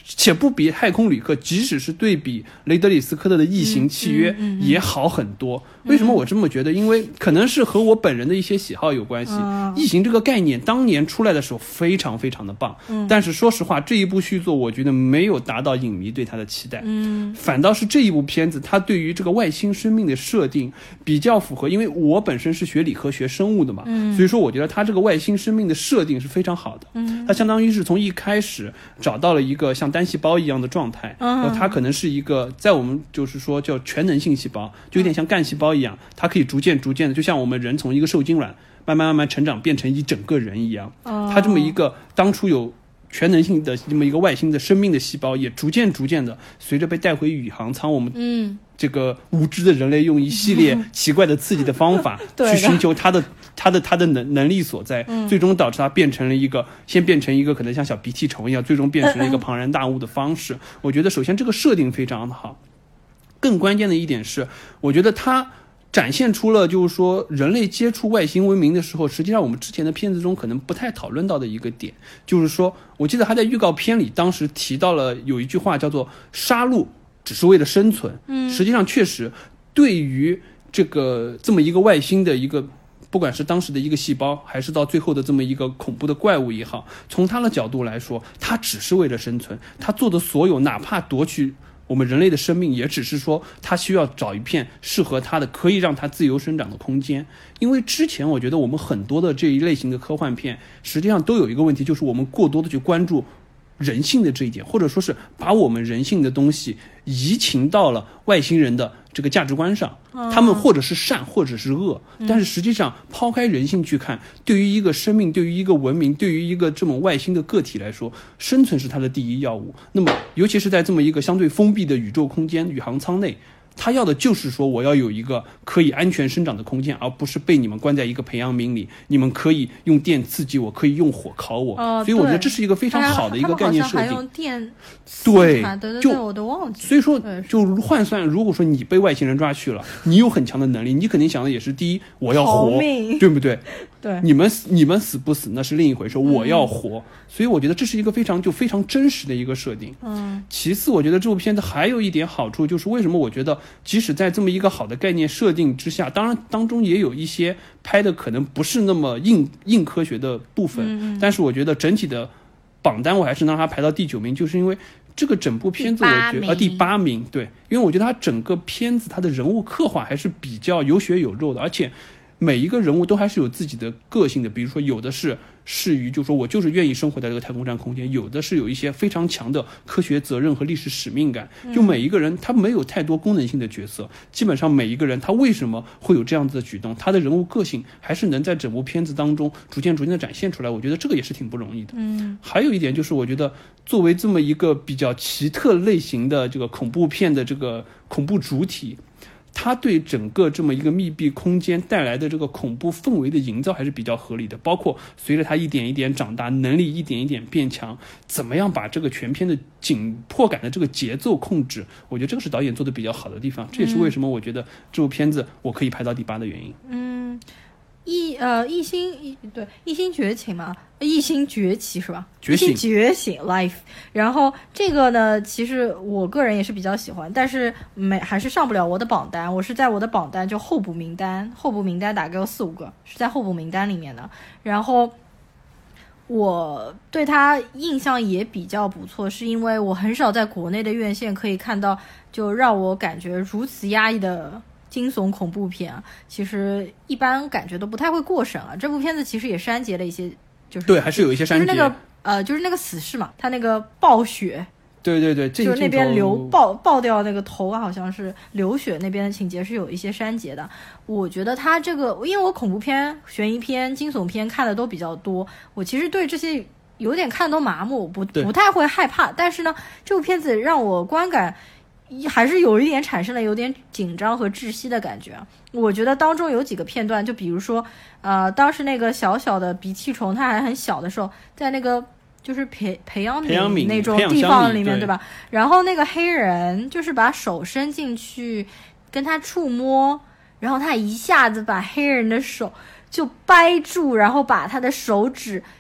且不比太空旅客，即使是对比雷德里斯科特的异形契约也好很多、嗯嗯嗯、为什么我这么觉得？因为可能是和我本人的一些喜好有关系、嗯、异形这个概念当年出来的时候非常非常的棒、嗯、但是说实话这一部续作我觉得没有达到影迷对它的期待、嗯、反倒是这一部片子它对于这个外星生命的设定比较符合，因为我本身是学理科学生物的嘛、嗯、所以说我觉得它这个外星生命的设定是非常好的、嗯、它相当于是从一开始找到了一个像单细胞一样的状态、嗯、它可能是一个在我们就是说叫全能性细胞，就有点像干细胞一样，它可以逐渐逐渐的就像我们人从一个受精卵慢慢慢慢成长变成一整个人一样、哦、它这么一个当初有全能性的这么一个外星的生命的细胞也逐渐逐渐的随着被带回宇航舱，我们嗯这个无知的人类用一系列奇怪的刺激的方法去寻求它的它的它的能能力所在、嗯、最终导致它变成了一个先变成一个可能像小鼻涕虫一样，最终变成了一个庞然大物的方式、嗯、我觉得首先这个设定非常的好，更关键的一点是我觉得它展现出了就是说人类接触外星文明的时候，实际上我们之前的片子中可能不太讨论到的一个点，就是说我记得他在预告片里当时提到了有一句话叫做杀戮只是为了生存，嗯，实际上确实对于这个这么一个外星的一个不管是当时的一个细胞还是到最后的这么一个恐怖的怪物也好，从他的角度来说他只是为了生存，他做的所有哪怕夺取我们人类的生命也只是说他需要找一片适合他的可以让他自由生长的空间。因为之前我觉得我们很多的这一类型的科幻片实际上都有一个问题，就是我们过多的去关注人性的这一点，或者说是把我们人性的东西移情到了外星人的这个价值观上，他们或者是善或者是恶，但是实际上抛开人性去看，对于一个生命，对于一个文明，对于一个这种外星的个体来说，生存是它的第一要务。那么尤其是在这么一个相对封闭的宇宙空间宇航舱内，他要的就是说我要有一个可以安全生长的空间，而不是被你们关在一个培养皿里，你们可以用电刺激我，可以用火烤我、哦、所以我觉得这是一个非常好的一个概念设定。 还用电对对对对， 我都忘记。 所以说就换算，如果说你被外星人抓去了，你有很强的能力，你肯定想的也是第一我要活，对不对？ 对， 你们你们死不死那是另一回事，我要活、嗯、所以我觉得这是一个非常就非常真实的一个设定。嗯，其次我觉得这部片子还有一点好处，就是为什么我觉得即使在这么一个好的概念设定之下，当然当中也有一些拍的可能不是那么硬硬科学的部分、嗯、但是我觉得整体的榜单我还是让它排到第九名，就是因为这个整部片子我觉得啊第八名，对，因为我觉得它整个片子它的人物刻画还是比较有血有肉的，而且每一个人物都还是有自己的个性的，比如说有的是适于就是说我就是愿意生活在这个太空站空间，有的是有一些非常强的科学责任和历史使命感，就每一个人他没有太多功能性的角色，基本上每一个人他为什么会有这样子的举动，他的人物个性还是能在整部片子当中逐渐逐渐的展现出来，我觉得这个也是挺不容易的。嗯，还有一点就是我觉得作为这么一个比较奇特类型的这个恐怖片的这个恐怖主体，它对整个这么一个密闭空间带来的这个恐怖氛围的营造还是比较合理的，包括随着它一点一点长大，能力一点一点变强，怎么样把这个全片的紧迫感的这个节奏控制，我觉得这个是导演做的比较好的地方，这也是为什么我觉得这部片子我可以排到第八的原因。 嗯，异呃异星异对异星崛起嘛，异星崛起是吧？ 觉醒， 觉醒 life。然后这个呢，其实我个人也是比较喜欢，但是没还是上不了我的榜单。我是在我的榜单就候补名单，候补名单大概有四五个，是在候补名单里面的。然后我对他印象也比较不错，是因为我很少在国内的院线可以看到就让我感觉如此压抑的惊悚恐怖片啊，其实一般感觉都不太会过审啊。这部片子其实也删节了一些，就是对，还是有一些删节， 就是那个呃，就是那个死士嘛，他那个暴血， 对对对， 就是那边流爆爆掉那个头啊，好像是流血那边的情节是有一些删节的。我觉得他这个，因为我恐怖片、悬疑片、惊悚片看的都比较多，我其实对这些有点看都麻木，不不太会害怕。但是呢，这部片子让我观感还是有一点产生了有点紧张和窒息的感觉。我觉得当中有几个片段，就比如说呃，当时那个小小的鼻涕虫它还很小的时候，在那个就是培培养皿那种地方里面， 对, 对吧？然后那个黑人就是把手伸进去跟他触摸，然后他一下子把黑人的手就掰住，然后把他的手指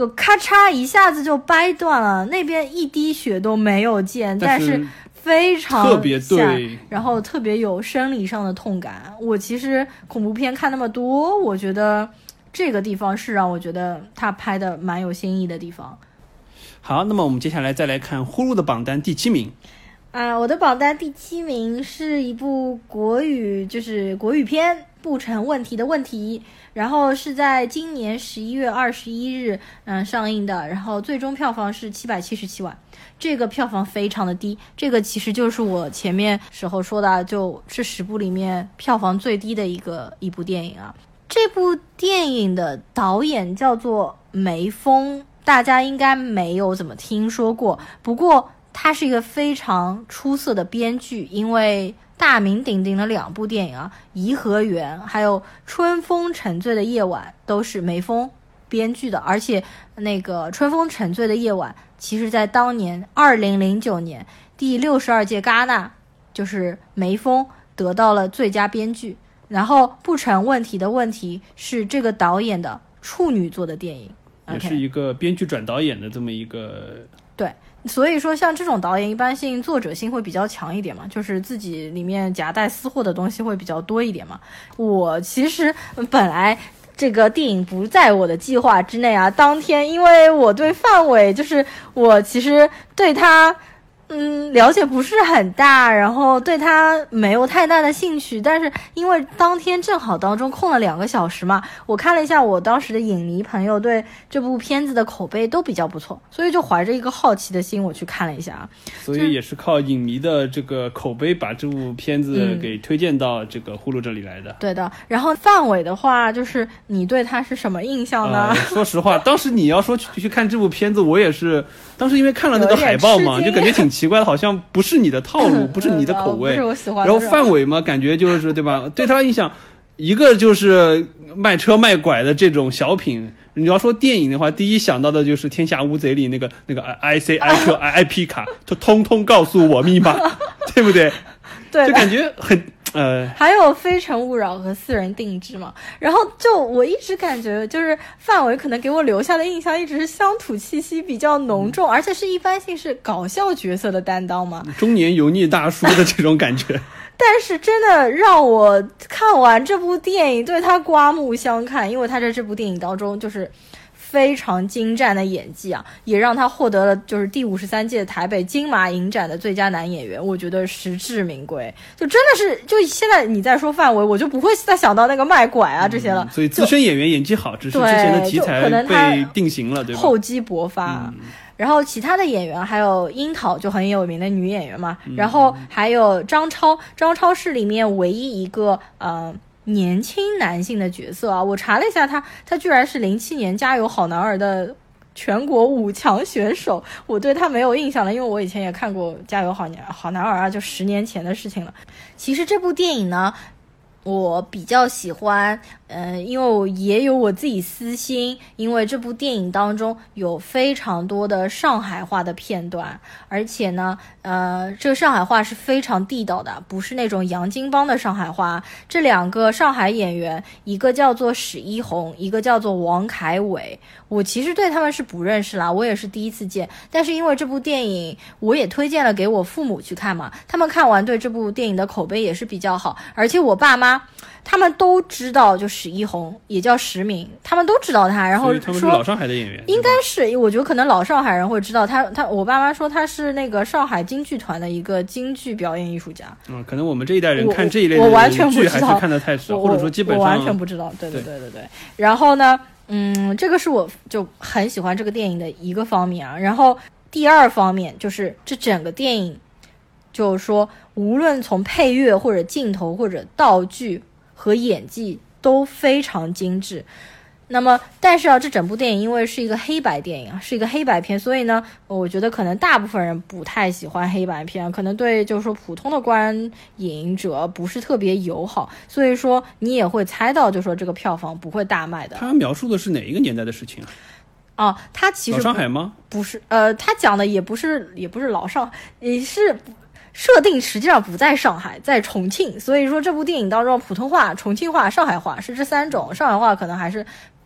有咔嚓一下子就掰断了，那边一滴血都没有见，但是非常特别对， 然后特别有生理上的痛感。我其实恐怖片看那么多，我觉得这个地方是让我觉得他拍的蛮有新意的地方。 好，那么我们接下来再来看呼噜的榜单第七名。 啊，我的榜单第七名是一部国语，就是国语片《不成问题的问题》，然后是在今年十一月二十一日嗯上映的，然后最终票房是七百七十七万，这个票房非常的低，这个其实就是我前面时候说的，就是十部里面票房最低的一个一部电影啊。这部电影的导演叫做梅峰，大家应该没有怎么听说过，不过他是一个非常出色的编剧，因为大名鼎鼎的两部电影啊，《颐和园》还有《春风沉醉的夜晚》都是梅峰编剧的，而且那个《春风沉醉的夜晚》其实在当年二零零九年第六十二届戛纳，就是梅峰得到了最佳编剧。然后《不成问题的问题》是这个导演的处女作的电影， 也是一个编剧转导演的这么一个。 对，所以说像这种导演一般性作者性会比较强一点嘛，就是自己里面夹带私货的东西会比较多一点嘛。我其实本来这个电影不在我的计划之内啊，当天因为我对范伟就是我其实对他嗯，了解不是很大，然后对他没有太大的兴趣，但是因为当天正好当中空了两个小时嘛，我看了一下我当时的影迷朋友对这部片子的口碑都比较不错，所以就怀着一个好奇的心我去看了一下。 所以也是靠影迷的这个口碑把这部片子给推荐到这个呼噜这里来的、嗯、 对的。然后范伟的话，就是你对他是什么印象呢？ 呃、说实话当时你要说去去看这部片子，我也是当时因为看了那个海报嘛，就感觉挺奇怪的，好像不是你的套路，不是你的口味。 不是我喜欢的。 然后范伟嘛，感觉就是对吧？对他印象，一个就是卖车卖拐的这种小品。你要说电影的话，第一想到的就是《天下无贼》里那个那个 I C I Q I P 卡，就通通告诉我密码，对不对？ 对， 就感觉很。呃， 还有《非诚勿扰》和《私人定制》嘛，然后就我一直感觉就是范伟可能给我留下的印象一直是乡土气息比较浓重、嗯、而且是一般性是搞笑角色的担当嘛， 中年油腻大叔的这种感觉但是真的让我看完这部电影对他刮目相看，因为他在这部电影当中就是非常精湛的演技啊，也让他获得了就是第五十三届台北金马影展的最佳男演员，我觉得实至名归。就真的是，就现在你再说范伟，我就不会再想到那个卖拐啊、嗯、这些了。 所以资深演员演技好，只是之前的题材被定型了，对吧？ 厚积薄发。嗯，然后其他的演员还有樱桃，就很有名的女演员嘛，嗯、然后还有张超，张超是里面唯一一个呃。年轻男性的角色啊，我查了一下他，他居然是零七年加油好男儿的全国五强选手，我对他没有印象了，因为我以前也看过加油好男好男儿啊，就十年前的事情了。其实这部电影呢，我比较喜欢，呃，因为我也有我自己私心，因为这部电影当中有非常多的上海话的片段，而且呢，呃，这个上海话是非常地道的，不是那种洋泾浜的上海话。这两个上海演员，一个叫做史一红，一个叫做王凯伟，我其实对他们是不认识啦，我也是第一次见，但是因为这部电影，我也推荐了给我父母去看嘛，他们看完对这部电影的口碑也是比较好，而且我爸妈他们都知道，就史一红也叫石明，他们都知道他，然后说他们是老上海的演员， 应该是，我觉得可能老上海人会知道他。他我爸妈说他是那个上海京剧团的一个京剧表演艺术家。 嗯，可能我们这一代人看这一类的我完全不剧知道， 还是看得太少，或者说基本上我完全不知道。对对对对对。然后呢，嗯，这个是我就很喜欢这个电影的一个方面啊。然后第二方面就是这整个电影，就是说无论从配乐或者镜头或者道具和演技都非常精致。那么但是啊，这整部电影因为是一个黑白电影啊，是一个黑白片，所以呢我觉得可能大部分人不太喜欢黑白片，可能对就是说普通的观影者不是特别友好，所以说你也会猜到就是说这个票房不会大卖的。 他描述的是哪一个年代的事情啊？ 哦，他其实老上海吗？ 不是，呃他讲的也不是也不是老上，也是设定实际上不在上海，在重庆，所以说这部电影当中普通话、重庆话、上海话是这三种，上海话可能还是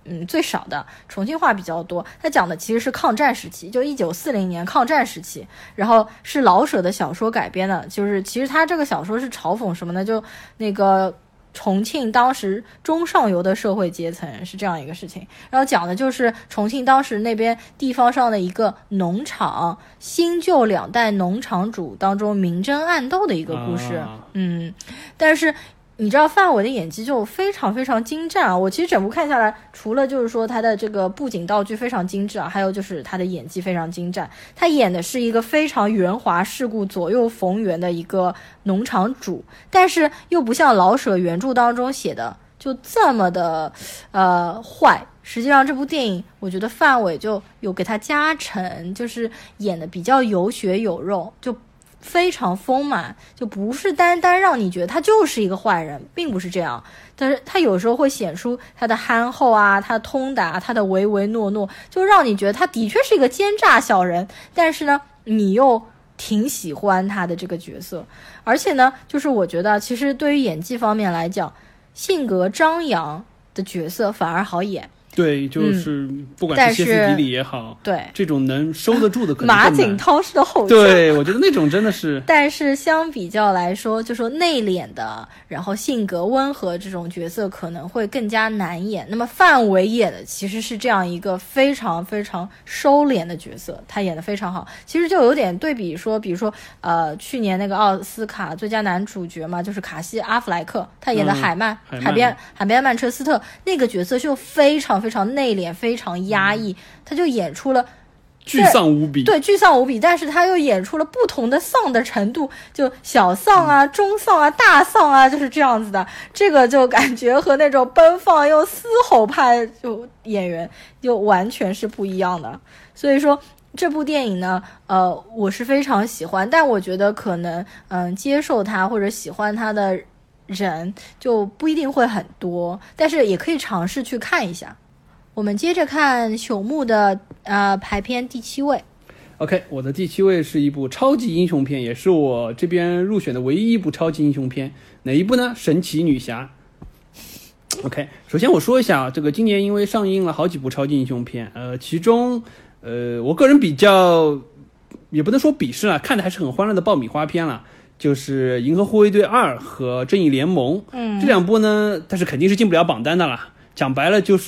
嗯最少的，重庆话比较多。它讲的其实是抗战时期，就一九四零年抗战时期，然后是老舍的小说改编的，就是其实他这个小说是嘲讽什么呢？就那个重庆当时中上游的社会阶层是这样一个事情，然后讲的就是重庆当时那边地方上的一个农场新旧两代农场主当中明争暗斗的一个故事、啊、嗯，但是你知道范伟的演技就非常非常精湛啊！我其实整部看下来，除了就是说他的这个布景道具非常精致啊，还有就是他的演技非常精湛。他演的是一个非常圆滑世故、左右逢源的一个农场主，但是又不像老舍原著当中写的就这么的呃坏。实际上这部电影我觉得范伟就有给他加成，就是演的比较有血有肉，就非常丰满，就不是单单让你觉得他就是一个坏人，并不是这样。但是他有时候会显出他的憨厚啊，他的通达，他的唯唯诺诺，就让你觉得他的确是一个奸诈小人，但是呢你又挺喜欢他的这个角色。而且呢就是我觉得其实对于演技方面来讲，性格张扬的角色反而好演。 对，就是不管是歇斯底里也好， 对这种能收得住的可能马景涛式的吼腔， 对，我觉得那种真的是。 但是相比较来说，就说内敛的，然后性格温和这种角色可能会更加难演。那么范伟演的其实是这样一个非常非常收敛的角色，他演得非常好。其实就有点对比说，比如说呃，去年那个奥斯卡最佳男主角嘛，就是卡西阿弗莱克，他演的海曼， 嗯、 海边海边曼彻斯特那个角色就非常非常内敛，非常压抑，他就演出了巨丧无比， 对，巨丧无比，但是他又演出了不同的丧的程度，就小丧啊、嗯、中丧啊、大丧啊，就是这样子的。这个就感觉和那种奔放又嘶吼派就演员就完全是不一样的。所以说这部电影呢，呃，我是非常喜欢，但我觉得可能嗯、呃，接受它或者喜欢它的人就不一定会很多，但是也可以尝试去看一下。我们接着看朽木的呃排片第七位。 OK， 我的第七位是一部超级英雄片，也是我这边入选的唯一一部超级英雄片。哪一部呢？神奇女侠。OK， 首先我说一下啊，这个今年因为上映了好几部超级英雄片，呃，其中呃我个人比较也不能说鄙视了，看的还是很欢乐的爆米花片了。就是《银河护卫队二》和《正义联盟》，嗯，这两部呢，但是肯定是进不了榜单的啦。讲白了就是，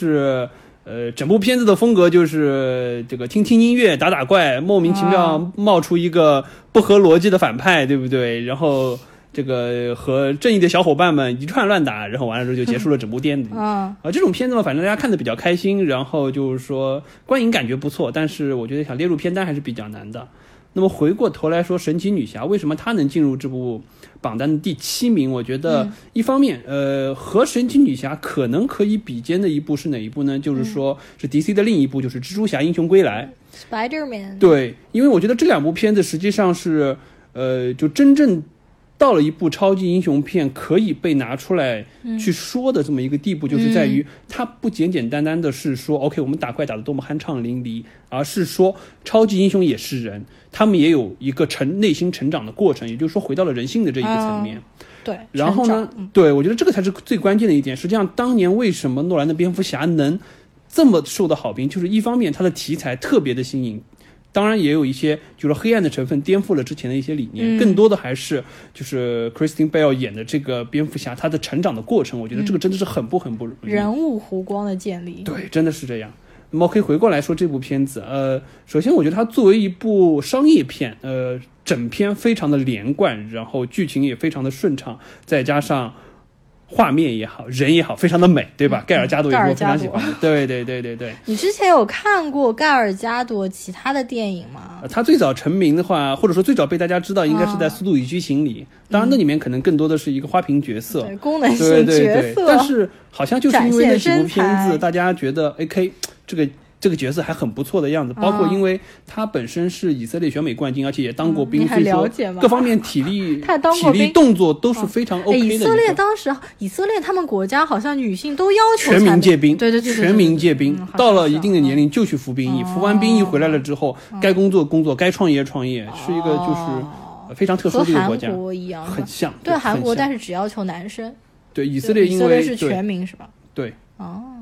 呃，整部片子的风格就是这个听听音乐、打打怪，莫名其妙冒出一个不合逻辑的反派，对不对？然后这个和正义的小伙伴们一串乱打，然后完了之后就结束了整部电影。啊、呃，这种片子嘛，反正大家看的比较开心，然后就是说观影感觉不错，但是我觉得想列入片单还是比较难的。那么回过头来说，神奇女侠为什么她能进入这部榜单的第七名？我觉得一方面，嗯、呃，和神奇女侠可能可以比肩的一部是哪一部呢？就是说是 D C 的另一部，就是蜘蛛侠英雄归来 Spider-Man。 对，因为我觉得这两部片子实际上是，呃，就真正到了一部超级英雄片可以被拿出来去说的这么一个地步，嗯、就是在于它不简简单单的是说、嗯、OK 我们打怪打得多么酣畅淋漓，而是说超级英雄也是人，他们也有一个成内心成长的过程，也就是说回到了人性的这一个层面。 嗯、对， 然后呢，嗯、对，我觉得这个才是最关键的一点。实际上当年为什么诺兰的蝙蝠侠能这么受到好评，就是一方面它的题材特别的新颖，当然也有一些就是黑暗的成分颠覆了之前的一些理念、嗯、更多的还是就是 Christian Bale 演的这个蝙蝠侠他的成长的过程，我觉得这个真的是很不很不容易、嗯、 人物弧光的建立。 对，真的是这样。那么可以回过来说这部片子，呃，首先我觉得它作为一部商业片，呃，整片非常的连贯，然后剧情也非常的顺畅，再加上画面也好，人也好，非常的美，对吧？嗯、盖尔加朵也是我非常喜欢的。对对对对对。 你之前有看过盖尔加朵其他的电影吗？ 他最早成名的话，或者说最早被大家知道，应该是在《速度与激情》里。啊、当然，那里面可能更多的是一个花瓶角色， 对功能性角色。 对对对。但是好像就是因为那几部片子，大家觉得 OK 这个。这个角色还很不错的样子，包括因为他本身是以色列选美冠军，而且也当过兵，所以说各方面体力、体力动作都是非常 OK 的。 以色列当时，以色列他们国家好像女性都要求全民戒兵， 对对对， 全民戒兵，到了一定的年龄就去服兵役，服完兵役回来了之后，该工作工作，该创业创业，是一个就是非常特殊的一个国家， 和韩国一样， 很像。 对韩国，但是只要求男生。 对以色列，因为以色列是全民是吧？ 对。 哦，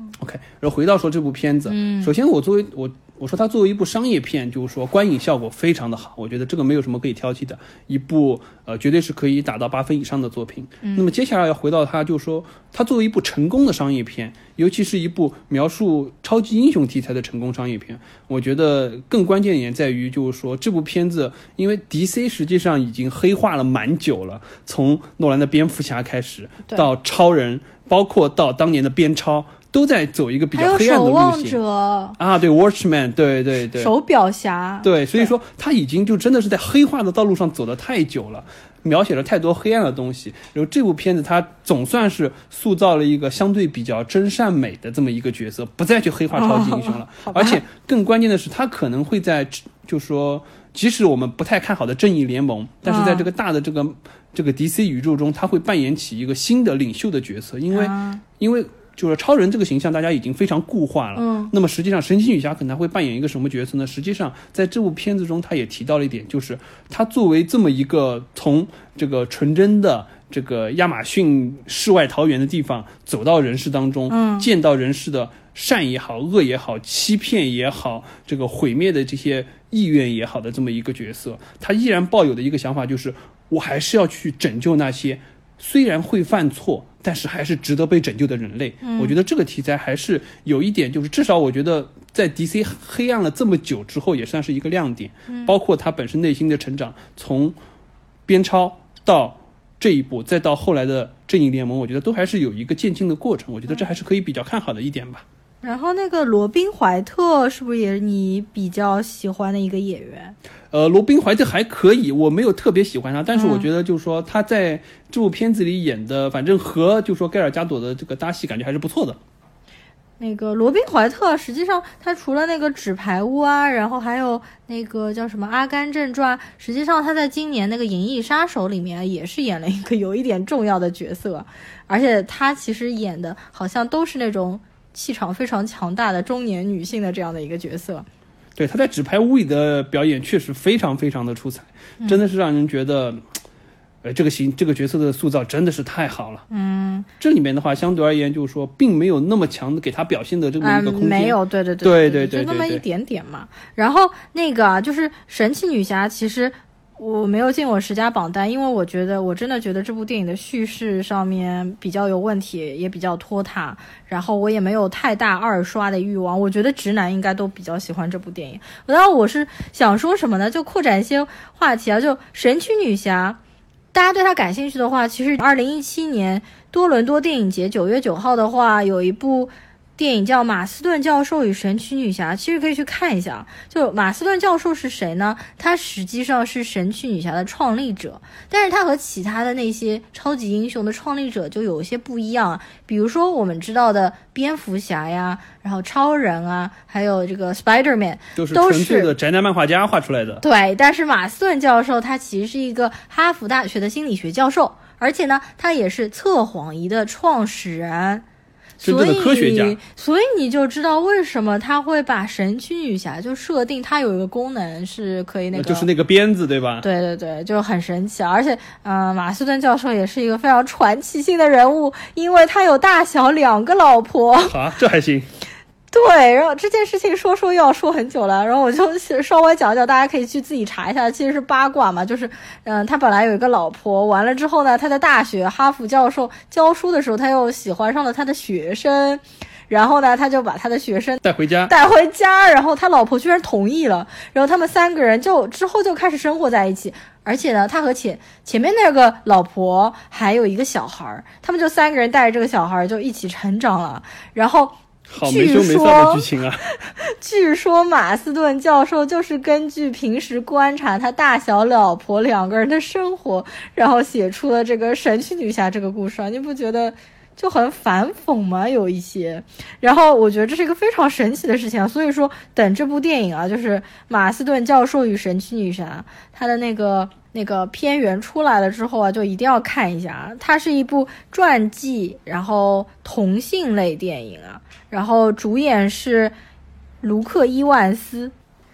OK， 然后回到说这部片子，嗯，首先我作为我我说它作为一部商业片，就是说观影效果非常的好，我觉得这个没有什么可以挑剔的，一部呃绝对是可以打到八分以上的作品。嗯、那么接下来要回到它，就是说它作为一部成功的商业片，尤其是一部描述超级英雄题材的成功商业片，我觉得更关键一点在于，就是说这部片子，因为 D C 实际上已经黑化了蛮久了，从诺兰的蝙蝠侠开始，到超人，包括到当年的边超。都在走一个比较黑暗的路线， 还有守望者啊，对 Watchman， 对对对， 手表侠， 对，所以说他已经就真的是在黑化的道路上走得太久了，描写了太多黑暗的东西。然后这部片子它总算是塑造了一个相对比较真善美的这么一个角色，不再去黑化超级英雄了。 哦、 而且更关键的是，他可能会在就说，即使我们不太看好的正义联盟，但是在这个大的这个、嗯、这个 D C 宇宙中，他会扮演起一个新的领袖的角色，因为、啊、因为。就是超人这个形象大家已经非常固化了，嗯，那么实际上神奇女侠可能会扮演一个什么角色呢？实际上在这部片子中他也提到了一点，就是他作为这么一个从这个纯真的这个亚马逊世外桃源的地方走到人世当中，嗯，见到人世的善也好，恶也好，欺骗也好，这个毁灭的这些意愿也好的这么一个角色，他依然抱有的一个想法就是，我还是要去拯救那些虽然会犯错但是还是值得被拯救的人类、嗯、我觉得这个题材还是有一点，就是至少我觉得在 D C 黑暗了这么久之后也算是一个亮点、嗯、包括他本身内心的成长，从边超到这一步再到后来的正义联盟，我觉得都还是有一个渐进的过程，我觉得这还是可以比较看好的一点吧。 然后那个罗宾怀特是不是也是你比较喜欢的一个演员？ 呃，罗宾怀特还可以，我没有特别喜欢他，但是我觉得就是说他在这部片子里演的，反正和就是说盖尔加朵的这个搭戏感觉还是不错的。 那个罗宾怀特实际上他除了那个纸牌屋啊，然后还有那个叫什么阿甘正传，实际上他在今年那个银翼杀手里面也是演了一个有一点重要的角色，而且他其实演的好像都是那种气场非常强大的中年女性的这样的一个角色。 对，他在纸牌屋里的表演确实非常非常的出彩、嗯、真的是让人觉得呃，这个形这个角色的塑造真的是太好了。 嗯， 这里面的话相对而言就是说并没有那么强的给他表现的这么一个空间、 嗯、没有，对对对对对对， 就那么一点点嘛。然后那个就是神奇女侠，其实我没有进我十佳榜单，因为我觉得我真的觉得这部电影的叙事上面比较有问题，也比较拖沓，然后我也没有太大二刷的欲望。我觉得直男应该都比较喜欢这部电影。然后我是想说什么呢，就扩展一些话题啊，就神奇女侠大家对它感兴趣的话，其实二零一七年多伦多电影节九月九号的话有一部电影叫马斯顿教授与神奇女侠，其实可以去看一下。就马斯顿教授是谁呢？他实际上是神奇女侠的创立者，但是他和其他的那些超级英雄的创立者就有一些不一样。比如说我们知道的蝙蝠侠呀，然后超人啊，还有这个 Spider-Man 都是纯粹的宅男漫画家画出来的。 对，但是马斯顿教授他其实是一个哈佛大学的心理学教授，而且呢他也是测谎仪的创始人， 真正的科学家。 所以所以你就知道为什么他会把神奇女侠就设定它有一个功能是可以那个， 就是那个鞭子对吧？ 对对对，就很神奇。而且嗯、呃，马斯顿教授也是一个非常传奇性的人物，因为他有大小两个老婆啊，这还行。 对，然后这件事情说说又要说很久了，然后我就稍微讲讲，大家可以去自己查一下，其实是八卦嘛，就是嗯、呃，他本来有一个老婆，完了之后呢，他在大学哈佛教授教书的时候，他又喜欢上了他的学生，然后呢，他就把他的学生带回家， 带回家，然后他老婆居然同意了，然后他们三个人就之后就开始生活在一起，而且呢，他和前前面那个老婆还有一个小孩，他们就三个人带着这个小孩就一起成长了，然后。 好没羞没臊的剧情啊！ 据说马斯顿教授就是根据平时观察他大小老婆两个人的生活，然后写出了这个神奇女侠这个故事啊！你不觉得就很反讽吗？有一些，然后我觉得这是一个非常神奇的事情啊！所以说，等这部电影啊，就是马斯顿教授与神奇女侠，他的那个。那个片源出来了之后啊，就一定要看一下。它是一部传记，然后同性类电影啊，然后主演是卢克·伊万斯。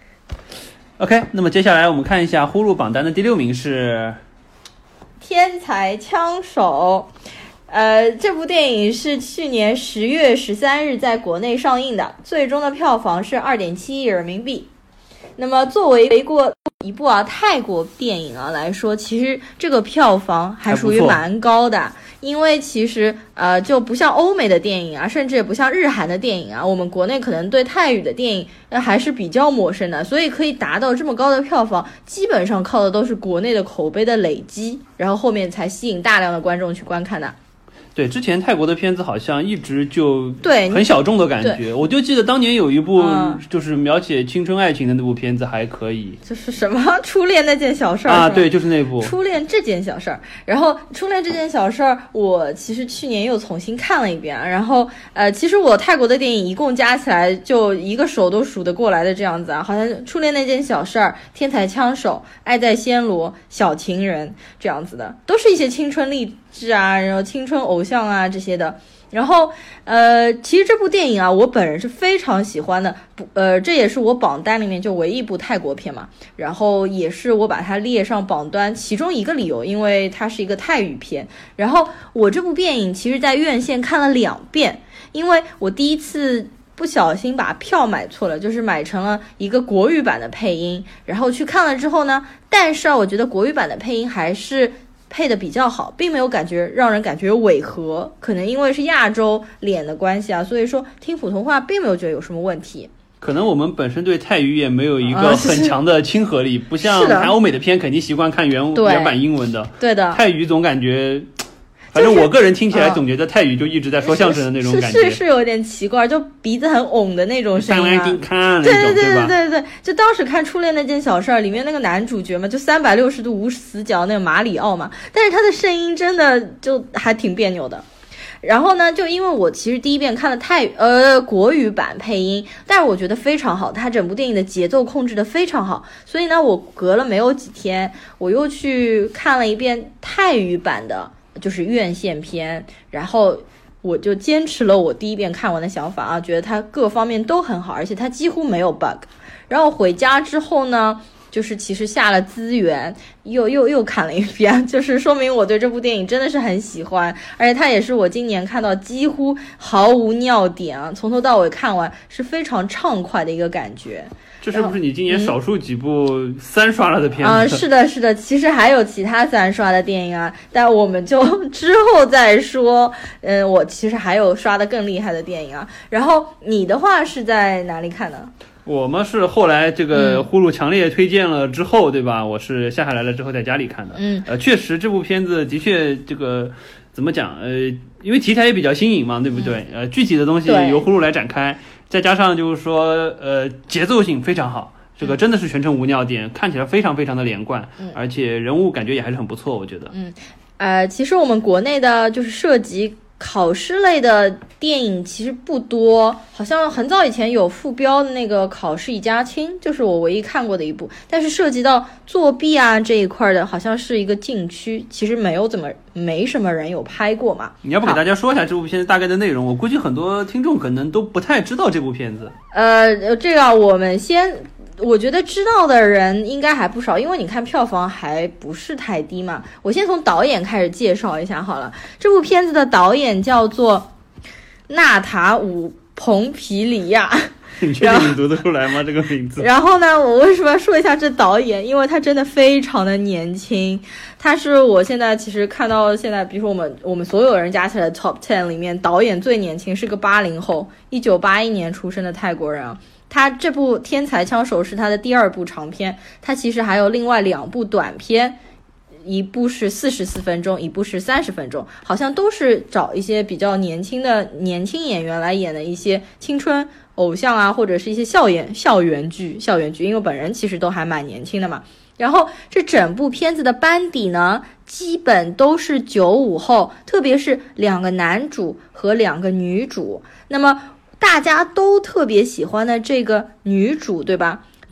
OK， 那么接下来我们看一下呼噜榜单的第六名是 《天才枪手》。 呃，这部电影是去年十月十三日在国内上映的，最终的票房是二点七亿人民币。那么作为一过一部啊泰国电影啊来说，其实这个票房还属于蛮高的，因为其实呃就不像欧美的电影啊，甚至也不像日韩的电影啊，我们国内可能对泰语的电影呃还是比较陌生的，所以可以达到这么高的票房，基本上靠的都是国内的口碑的累积，然后后面才吸引大量的观众去观看的。 对，之前泰国的片子好像一直就对很小众的感觉，我就记得当年有一部就是描写青春爱情的那部片子还可以， 就是什么初恋那件小事儿啊，对，就是那部初恋这件小事儿。然后初恋这件小事儿，我其实去年又重新看了一遍，然后呃，其实我泰国的电影一共加起来就一个手都数得过来的这样子啊，好像初恋那件小事儿、天才枪手、爱在暹罗、小情人这样子的，都是一些青春励志啊，然后青春偶像啊这些的。然后呃其实这部电影啊我本人是非常喜欢的，不呃这也是我榜单里面就唯一一部泰国片嘛，然后也是我把它列上榜单其中一个理由，因为它是一个泰语片。然后我这部电影其实在院线看了两遍，因为我第一次不小心把票买错了，就是买成了一个国语版的配音，然后去看了之后呢，但是啊我觉得国语版的配音还是配的比较好，并没有感觉让人感觉违和，可能因为是亚洲脸的关系啊，所以说听普通话并没有觉得有什么问题。 可能我们本身对泰语也没有一个很强的亲和力，不像看欧美的片肯定习惯看原原版英文的， 对的， 泰语总感觉反正我个人听起来总觉得泰语就一直在说相声的那种感觉， 是 是, 是, 是有点奇怪，就鼻子很ổng的那种声音啊。 对对对对对对，就当时看初恋那件小事儿里面那个男主角嘛，就三百六十度无死角那个马里奥嘛，但是他的声音真的就还挺别扭的。然后呢，就因为我其实第一遍看了泰呃国语版配音，但是我觉得非常好，它整部电影的节奏控制的非常好，所以呢，我隔了没有几天，我又去看了一遍泰语版的。就是院线片，然后我就坚持了我第一遍看完的想法啊，觉得它各方面都很好，而且它几乎没有 bug。然后回家之后呢，就是其实下了资源，又又又看了一遍，就是说明我对这部电影真的是很喜欢，而且它也是我今年看到几乎毫无尿点啊，从头到尾看完是非常畅快的一个感觉。 这是不是你今年少数几部三刷了的片子啊、嗯呃？是的，是的，其实还有其他三刷的电影啊，但我们就之后再说。嗯，我其实还有刷的更厉害的电影啊。然后你的话是在哪里看的？ 我们是后来这个呼噜强烈推荐了之后，嗯、对吧？我是下下来了之后在家里看的。 嗯， 呃，确实这部片子的确这个怎么讲？呃，因为题材也比较新颖嘛，对不对？嗯、呃，具体的东西由呼噜来展开。再加上就是说，呃，节奏性非常好，这个真的是全程无尿点，看起来非常非常的连贯， 嗯、 而且人物感觉也还是很不错，我觉得。 嗯，呃，其实我们国内的就是涉及考试类的电影其实不多，好像很早以前有副标的那个《考试一家亲》，就是我唯一看过的一部，但是涉及到作弊啊这一块的，好像是一个禁区，其实没有怎么没什么人有拍过嘛。 你要不给大家说一下这部片子大概的内容？我估计很多听众可能都不太知道这部片子。 呃，这个我们先。我觉得知道的人应该还不少，因为你看票房还不是太低嘛。我先从导演开始介绍一下好了。这部片子的导演叫做纳塔伍蓬皮里亚。 你确定你读得出来吗？这个名字。 然后呢，我为什么要说一下这导演？因为他真的非常的年轻，他是我现在其实看到现在，比如说我们我们所有人加起来的 top ten 里面，导演最年轻，是个八零后，一九八一年出生的泰国人啊。他这部《天才枪手》是他的第二部长片，他其实还有另外两部短片，一部是四十四分钟，一部是三十分钟，好像都是找一些比较年轻的年轻演员来演的一些青春偶像啊，或者是一些校园校园剧校园剧，因为本人其实都还蛮年轻的嘛。然后这整部片子的班底呢，基本都是九五后，特别是两个男主和两个女主。那么大家都特别喜欢的这个女主，对吧？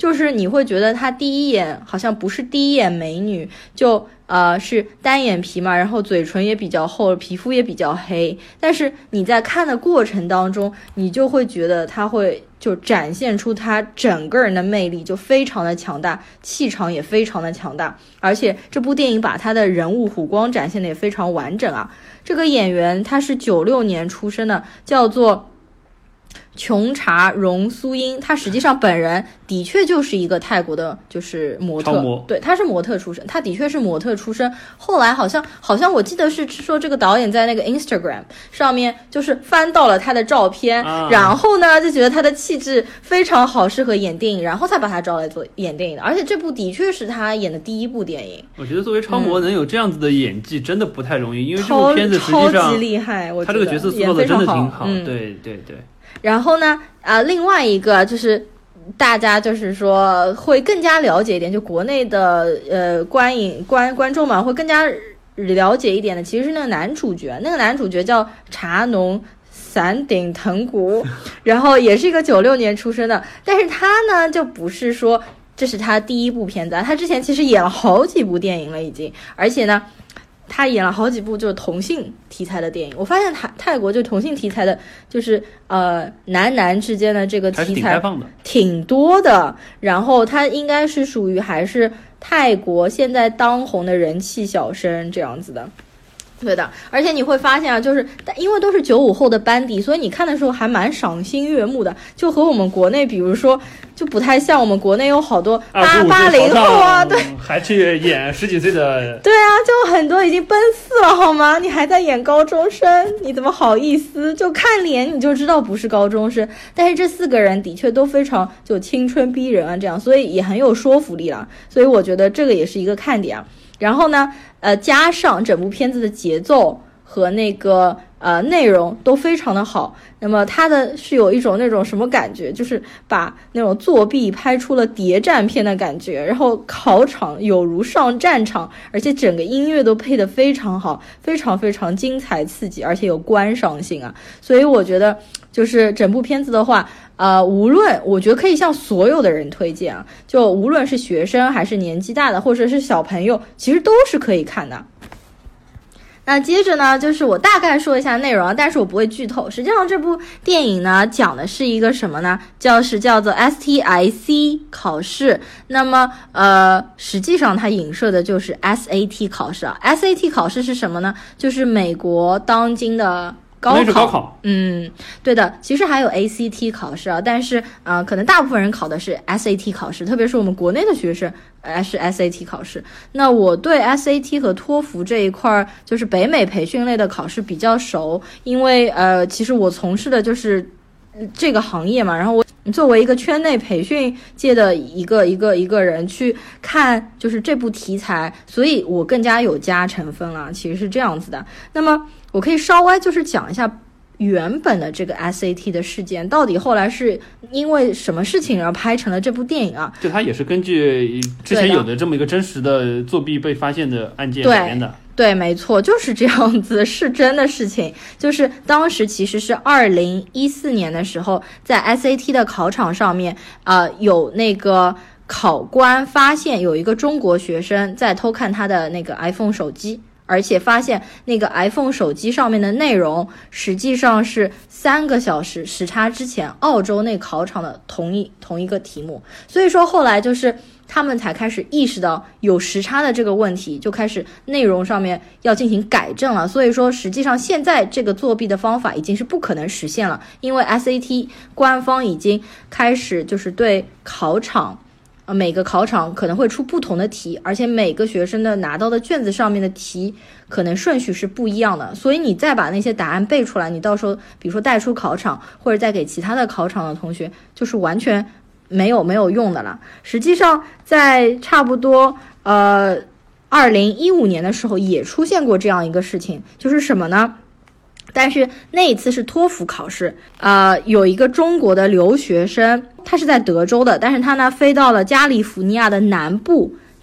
就是你会觉得她第一眼好像不是第一眼美女，就呃是单眼皮嘛，然后嘴唇也比较厚，皮肤也比较黑，但是你在看的过程当中，你就会觉得她会就展现出她整个人的魅力，就非常的强大，气场也非常的强大，而且这部电影把她的人物弧光展现的也非常完整啊。这个演员她是九六年出生的，叫做琼查荣苏英，她实际上本人的确就是一个泰国的，就是模特，对，她是模特出身，她的确是模特出身。后来好像好像我记得是说这个导演在那个 Instagram 上面就是翻到了她的照片，啊、然后呢就觉得她的气质非常好，适合演电影，然后才把她招来做演电影的。而且这部的确是她演的第一部电影。 我觉得作为超模能有这样子的演技、嗯、真的不太容易，因为这部片子实际上超级厉害，我觉得她这个角色塑造的真的挺好， 嗯、 对对对。 然后呢，呃，另外一个就是大家就是说会更加了解一点，就国内的呃观影观观众嘛会更加了解一点的，其实是那个男主角，那个男主角叫查农散顶藤谷，然后也是一个九六年出生的，但是他呢就不是说这是他第一部片子，他之前其实演了好几部电影了已经，而且呢他演了好几部就是同性题材的电影。我发现泰泰国就同性题材的，就是呃男男之间的这个题材挺开放的， 挺多的。然后他应该是属于还是泰国现在当红的人气小生这样子的。对的，而且你会发现啊，就是因为都是九五后的班底，所以你看的时候还蛮赏心悦目的，就和我们国内比如说就不太像，我们国内有好多八八零后啊，对， 还去演十几岁的， 对啊，就很多已经奔四了好吗？你还在演高中生，你怎么好意思？就看脸你就知道不是高中生，但是这四个人的确都非常就青春逼人啊，这样，所以也很有说服力了，所以我觉得这个也是一个看点啊。然后呢，呃，加上整部片子的节奏和那个呃内容都非常的好，那么它的是有一种那种什么感觉，就是把那种作弊拍出了谍战片的感觉，然后考场有如上战场，而且整个音乐都配得非常好，非常非常精彩刺激，而且有观赏性啊，所以我觉得就是整部片子的话。呃，无论我觉得可以向所有的人推荐啊，就无论是学生还是年纪大的，或者是小朋友，其实都是可以看的。那接着呢，就是我大概说一下内容啊，但是我不会剧透。实际上这部电影呢，讲的是一个什么呢？叫是叫做 S T I C 考试。那么呃，实际上它影射的就是 S A T 考试啊。S A T 考试是什么呢？就是美国当今的高考， 高考， 嗯，对的，其实还有 A C T 考试啊，但是呃，可能大部分人考的是 S A T 考试，特别是我们国内的学生，呃，是 S A T 考试。那我对 S A T 和托福这一块就是北美培训类的考试比较熟，因为呃，其实我从事的就是这个行业嘛，然后我作为一个圈内培训界的一个一个一个人去看就是这部题材，所以我更加有加成分了，其实是这样子的。那么我可以稍微就是讲一下原本的这个 S A T 的事件，到底后来是因为什么事情而拍成了这部电影啊？ 就它也是根据之前有的这么一个真实的作弊被发现的案件改编的。 对，没错，就是这样子，是真的事情。就是当时其实是二零一四年的时候，在 S A T 的考场上面，呃，有那个考官发现有一个中国学生在偷看他的那个 iPhone 手机。而且发现那个 iPhone 手机上面的内容实际上是三个小时时差之前澳洲那考场的同一同一个题目，所以说后来就是他们才开始意识到有时差的这个问题，就开始内容上面要进行改正了。所以说实际上现在这个作弊的方法已经是不可能实现了，因为 S A T 官方已经开始就是对考场每个考场可能会出不同的题，而且每个学生的拿到的卷子上面的题可能顺序是不一样的，所以你再把那些答案背出来，你到时候比如说带出考场或者再给其他的考场的同学，就是完全没有没有用的了。实际上在差不多呃二零一五年的时候也出现过这样一个事情，就是什么呢？但是那一次是托福考试，呃，有一个中国的留学生，他是在德州的，但是他呢飞到了加利福尼亚的南部，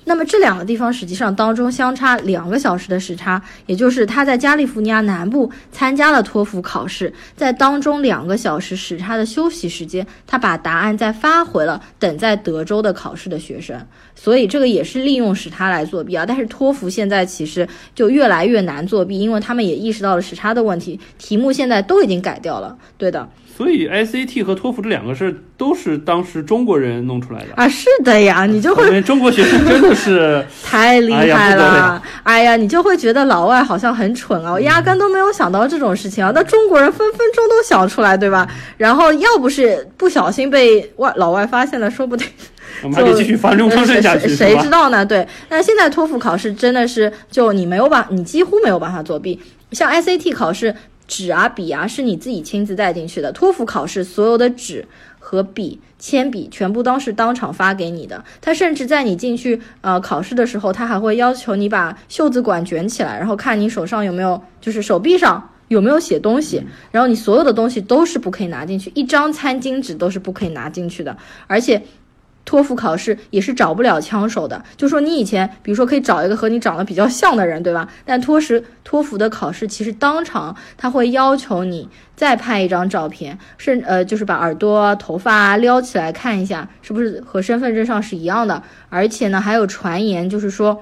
那么这两个地方实际上当中相差两个小时的时差，也就是他在加利福尼亚南部参加了托福考试，在当中两个小时时差的休息时间，他把答案再发回了等在德州的考试的学生，所以这个也是利用时差来作弊啊。但是托福现在其实就越来越难作弊，因为他们也意识到了时差的问题，题目现在都已经改掉了。对的， 所以 S A T 和托福这两个是都是当时中国人弄出来的啊。是的呀，你就会中国学生真的是太厉害了。哎呀，你就会觉得老外好像很蠢啊，我压根都没有想到这种事情啊。那中国人分分钟都想出来，对吧？然后要不是不小心被外老外发现了，说不定我们还可以继续繁荣昌盛下去， 谁知道呢？对，那现在托福考试真的是就你没有办，你几乎没有办法作弊。像 S A T 考试，纸啊笔啊是你自己亲自带进去的，托福考试所有的纸和笔铅笔全部都是当场发给你的。他甚至在你进去呃考试的时候，他还会要求你把袖子管卷起来，然后看你手上有没有，就是手臂上有没有写东西，然后你所有的东西都是不可以拿进去，一张餐巾纸都是不可以拿进去的。而且托福考试也是找不了枪手的，就说你以前比如说可以找一个和你长得比较像的人，对吧？但托福托福的考试其实当场他会要求你再拍一张照片，是呃就是把耳朵头发撩起来看一下是不是和身份证上是一样的。而且呢还有传言就是说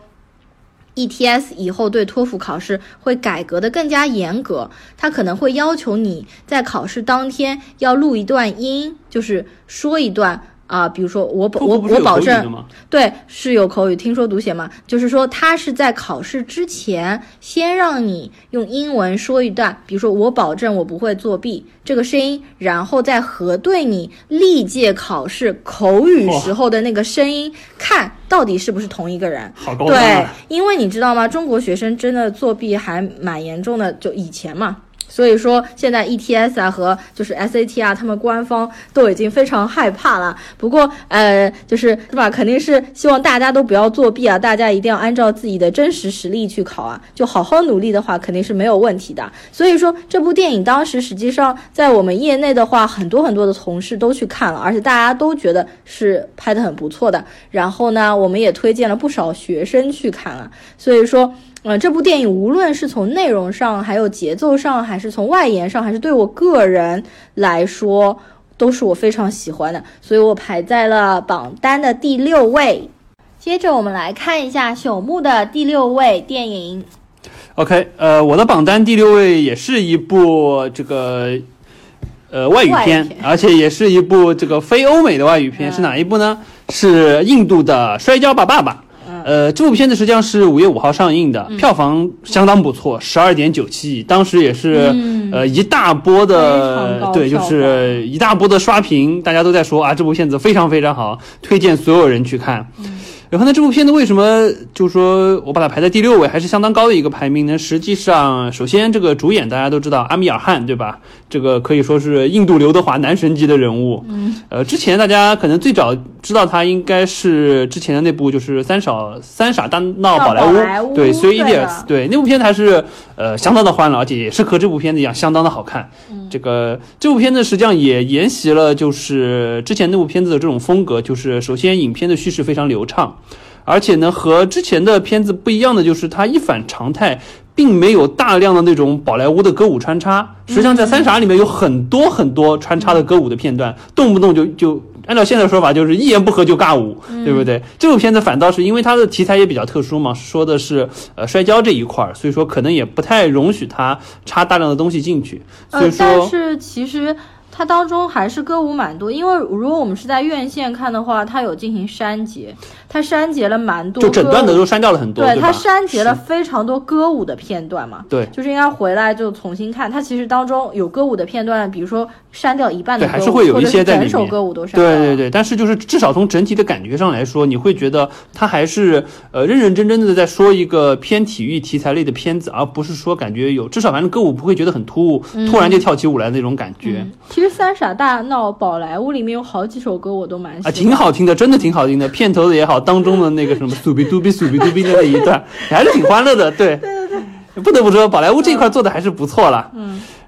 E T S 以后对托福考试会改革的更加严格，他可能会要求你在考试当天要录一段音，就是说一段啊、呃，比如说我我我保证，对，是有口语，听说读写嘛，就是说他是在考试之前先让你用英文说一段，比如说我保证我不会作弊这个声音，然后再核对你历届考试口语时候的那个声音，看到底是不是同一个人。 好高端啊。 对，因为你知道吗，中国学生真的作弊还蛮严重的，就以前嘛。所以说现在 E T S 啊和就是 S A T 啊他们官方都已经非常害怕了。不过呃就是是吧，肯定是希望大家都不要作弊啊，大家一定要按照自己的真实实力去考啊，就好好努力的话肯定是没有问题的。所以说这部电影当时实际上在我们业内的话，很多很多的同事都去看了，而且大家都觉得是拍得很不错的。然后呢我们也推荐了不少学生去看了。所以说呃，这部电影无论是从内容上还有节奏上，还是从外延上，还是对我个人来说都是我非常喜欢的，所以我排在了榜单的第六位。接着我们来看一下朽木的第六位电影。 OK， 呃，我的榜单第六位也是一部这个呃外语片，语片而且也是一部这个非欧美的外语片、嗯、是哪一部呢？是印度的摔跤吧爸爸。呃，这部片子实际上是五月五号上映的、嗯、票房相当不错， 十二点九七亿，当时也是、嗯、呃一大波的，对，就是一大波的刷屏，大家都在说啊这部片子非常非常好，推荐所有人去看。嗯，然后呢这部片子为什么就说我把它排在第六位，还是相当高的一个排名呢？实际上首先这个主演大家都知道阿米尔汗，对吧？这个可以说是印度刘德华男神级的人物。嗯，呃之前大家可能最早知道他应该是之前的那部就是三傻三傻大闹宝莱坞， 莱坞对 Three Idiots， 对那部片子还是呃相当的欢乐，而且也是和这部片子一样相当的好看。嗯，这个这部片子实际上也沿袭了就是之前那部片子的这种风格，就是首先影片的叙事非常流畅，而且呢和之前的片子不一样的就是它一反常态，并没有大量的那种宝莱坞的歌舞穿插，实际上在三傻里面有很多很多穿插的歌舞的片段，动不动就就按照现在的说法就是一言不合就尬舞，对不对？这部片子反倒是因为它的题材也比较特殊嘛，说的是呃摔跤这一块，所以说可能也不太容许它插大量的东西进去。所以说， 呃、但是其实它当中还是歌舞蛮多，因为如果我们是在院线看的话，它有进行删节，它删节了蛮多， 就整段的都删掉了很多， 对， 对，它删节了非常多歌舞的片段嘛， 对， 就是应该回来就重新看。它其实当中有歌舞的片段，比如说删掉一半的歌舞， 对，还是会有一些在里面， 整首歌舞都删掉， 对对对。但是就是至少从整体的感觉上来说，你会觉得它还是呃认认真真的在说一个偏体育题材类的片子，而不是说感觉有至少反正歌舞不会觉得很突兀，嗯、突然就跳起舞来的那种感觉。 嗯、其实三傻大闹宝莱坞里面有好几首歌我都蛮喜欢， 啊，挺好听的，真的挺好听的。片头的也好，当中的那个什么苏比杜比苏比杜比的那一段，还是挺欢乐的。对， 对对对， 不得不说，宝莱坞这一块做的还是不错了。嗯。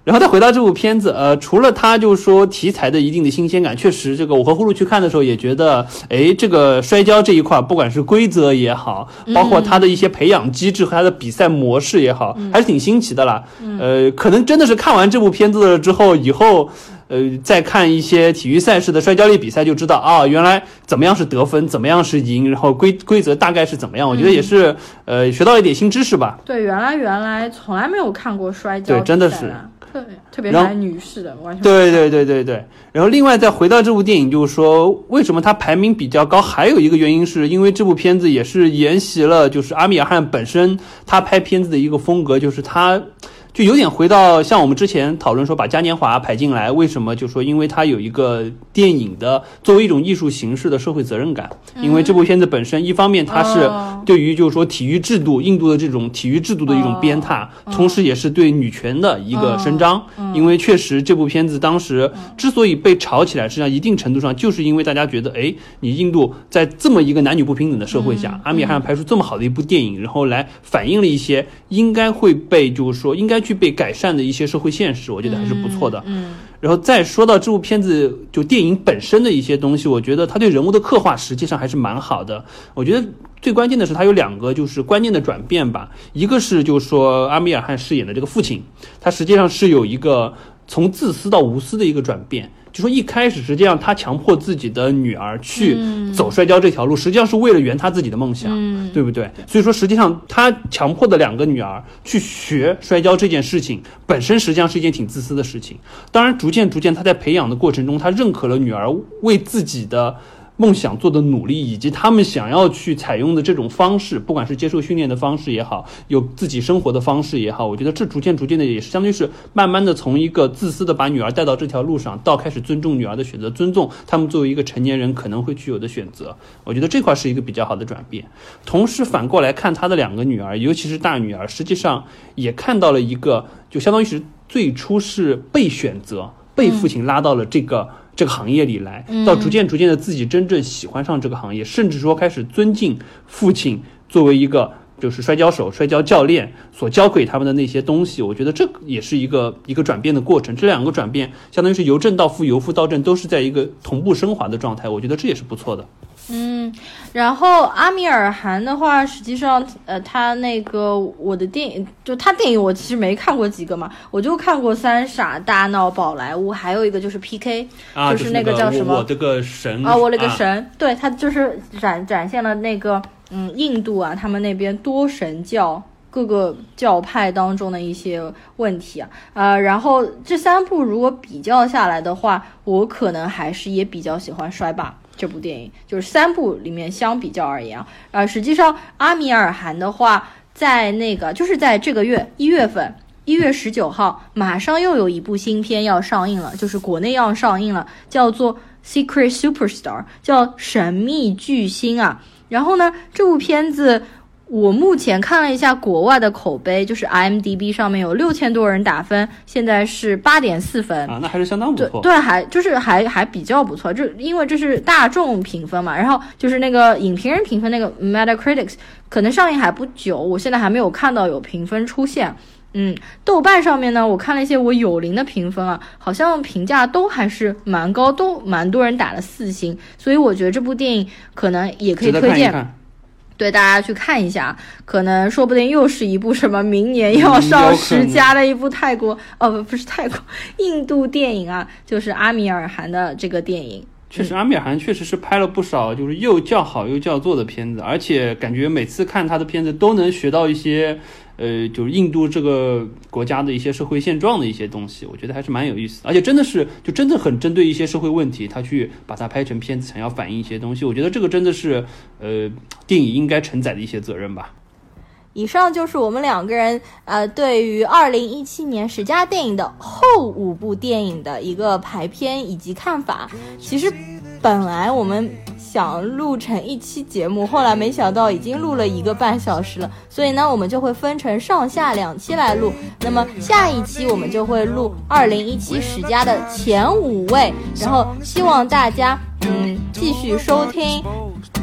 然后再回到这部片子，呃，除了它就是说题材的一定的新鲜感，确实这个我和呼噜去看的时候也觉得，哎，这个摔跤这一块，不管是规则也好，包括它的一些培养机制和它的比赛模式也好，嗯、还是挺新奇的啦。嗯、呃，可能真的是看完这部片子了之后，以后。呃，再看一些体育赛事的摔跤类比赛，就知道啊，原来怎么样是得分，怎么样是赢，然后规规则大概是怎么样。我觉得也是，嗯、呃，学到一点新知识吧。 对，原来原来从来没有看过摔跤， 对，真的是， 特别特别是女士的，完全对对对对对。然后另外再回到这部电影，就是说为什么它排名比较高，还有一个原因是因为这部片子也是沿袭了就是阿米尔汗本身他拍片子的一个风格，就是他。就有点回到像我们之前讨论说把嘉年华排进来，为什么就说因为它有一个电影的作为一种艺术形式的社会责任感，因为这部片子本身一方面它是对于就是说体育制度印度的这种体育制度的一种鞭挞，同时也是对女权的一个伸张，因为确实这部片子当时之所以被炒起来，实际上一定程度上就是因为大家觉得哎，你印度在这么一个男女不平等的社会下，阿米尔汗拍出这么好的一部电影，然后来反映了一些应该会被就是说应该去被改善的一些社会现实，我觉得还是不错的。嗯，嗯然后再说到这部片子就电影本身的一些东西，我觉得他对人物的刻画实际上还是蛮好的。我觉得最关键的是他有两个就是关键的转变吧，一个是就是说阿米尔汗饰演的这个父亲，他实际上是有一个从自私到无私的一个转变。就说一开始实际上他强迫自己的女儿去走摔跤这条路，嗯、实际上是为了圆他自己的梦想，嗯、对不对？所以说实际上他强迫的两个女儿去学摔跤这件事情本身实际上是一件挺自私的事情。当然逐渐逐渐他在培养的过程中，他认可了女儿为自己的梦想做的努力，以及他们想要去采用的这种方式，不管是接受训练的方式也好，有自己生活的方式也好，我觉得这逐渐逐渐的也是相当于是慢慢的从一个自私的把女儿带到这条路上，到开始尊重女儿的选择，尊重他们作为一个成年人可能会具有的选择。我觉得这块是一个比较好的转变。同时反过来看他的两个女儿，尤其是大女儿，实际上也看到了一个就相当于是最初是被选择被父亲拉到了这个、嗯这个行业里来，到逐渐逐渐的自己真正喜欢上这个行业，嗯、甚至说开始尊敬父亲作为一个就是摔跤手、摔跤教练所教给他们的那些东西。我觉得这也是一个一个转变的过程。这两个转变相当于是由正到负、由负到正，都是在一个同步升华的状态。我觉得这也是不错的。 嗯，然后阿米尔汗的话，实际上，呃，他那个我的电影，就他电影我其实没看过几个嘛，我就看过《三傻大闹宝莱坞》，还有一个就是 P K，、 啊、 就是那个叫什么？ 我这个神啊，我那个神，啊、对，他就是展展现了那个嗯，印度啊，他们那边多神教各个教派当中的一些问题啊，呃，然后这三部如果比较下来的话，我可能还是也比较喜欢《摔霸》。这部电影就是三部里面相比较而言，呃，实际上阿米尔汗的话，在那个就是在这个月一月份，一月十九号，马上又有一部新片要上映了，就是国内要上映了，叫做《Secret Superstar》，叫神秘巨星啊。然后呢，这部片子我目前看了一下国外的口碑，就是 I M D B 上面有六千多人打分，现在是八点四分啊，那还是相当不错。 对，对还就是还还比较不错，就因为这是大众评分嘛，然后就是那个影评人评分那个 Metacritic 可能上映还不久，我现在还没有看到有评分出现。嗯，豆瓣上面呢，我看了一些我有灵的评分啊，好像评价都还是蛮高，都蛮多人打了四星，所以我觉得这部电影可能也可以推荐。 值得看一看， 对大家去看一下，可能说不定又是一部什么明年要上十佳的一部泰国、嗯、哦不是泰国印度电影啊，就是阿米尔汗的这个电影。 确实阿米尔汗确实是拍了不少就是又叫好又叫座的片子，而且感觉每次看他的片子都能学到一些呃，就是印度这个国家的一些社会现状的一些东西，我觉得还是蛮有意思的，而且真的是就真的很针对一些社会问题，他去把它拍成片子，想要反映一些东西，我觉得这个真的是呃电影应该承载的一些责任吧。 以上就是我们两个人呃对于二零一七年十佳电影的后五部电影的一个排片以及看法。其实本来我们想录成一期节目，后来没想到已经录了一个半小时了，所以呢我们就会分成上下两期来录。那么下一期我们就会录二零一七十佳的前五位，然后希望大家嗯继续收听。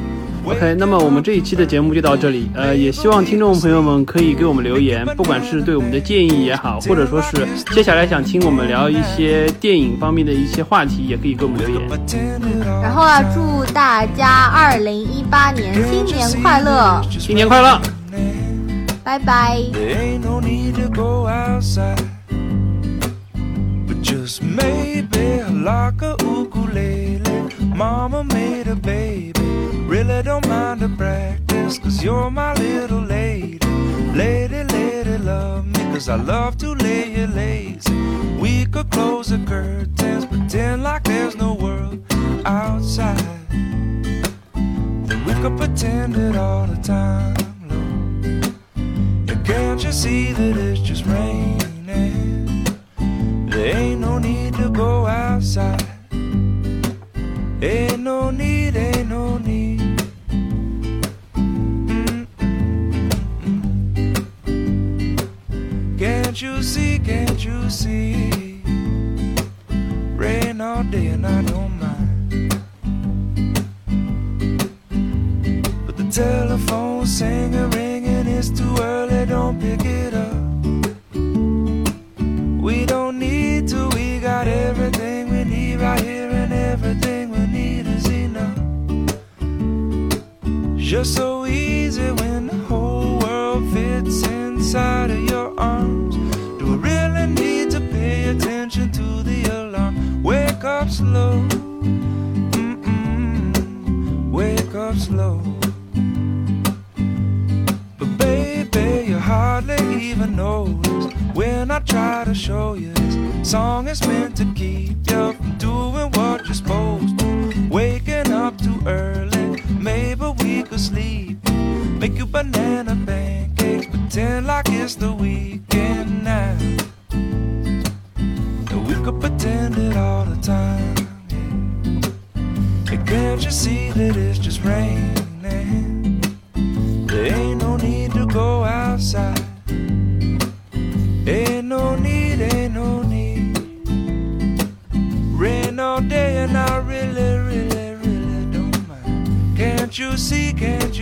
OK， 那么我们这一期的节目就到这里，呃，也希望听众朋友们可以给我们留言，不管是对我们的建议也好，或者说是接下来想听我们聊一些电影方面的一些话题，也可以给我们留言。 然后啊，祝大家二零一八年新年快乐！ 新年快乐！ 拜拜。 Just maybe like a ukulele, mama made a baby, really don't mind the practice, cause you're my little lady, lady, lady, love me, cause I love to lay you lazy. We could close the curtains, pretend like there's no world outside, then we could pretend it all the time, Lord. And can't you see that it's just raining? There ain't no need to go outside. Ain't no need, ain't no need. Mm-mm-mm-mm. Can't you see, can't you see? Rain all day and I don't mind. But the telephone singing, ringing, it's too early, don't pick it up. We don't need to, we got everything we need right here, and everything we need is enough. Just so easy when the whole world fits inside of your arms. Do we really need to pay attention to the alarm? Wake up slow, mm-mm, wake up slow. But baby, you hardly even notice when I try to show you this song is meant to keep you from doing what you're supposed to. Waking up too early, maybe we could sleep. Make you banana pancakes, pretend like it's the weekend now. And we could pretend it all the time, yeah. And can't you see that it's just raining? There ain't no need to go outside. Ain't no need, ain't no need. Rain all day and I really, really, really don't mind. Can't you see, can't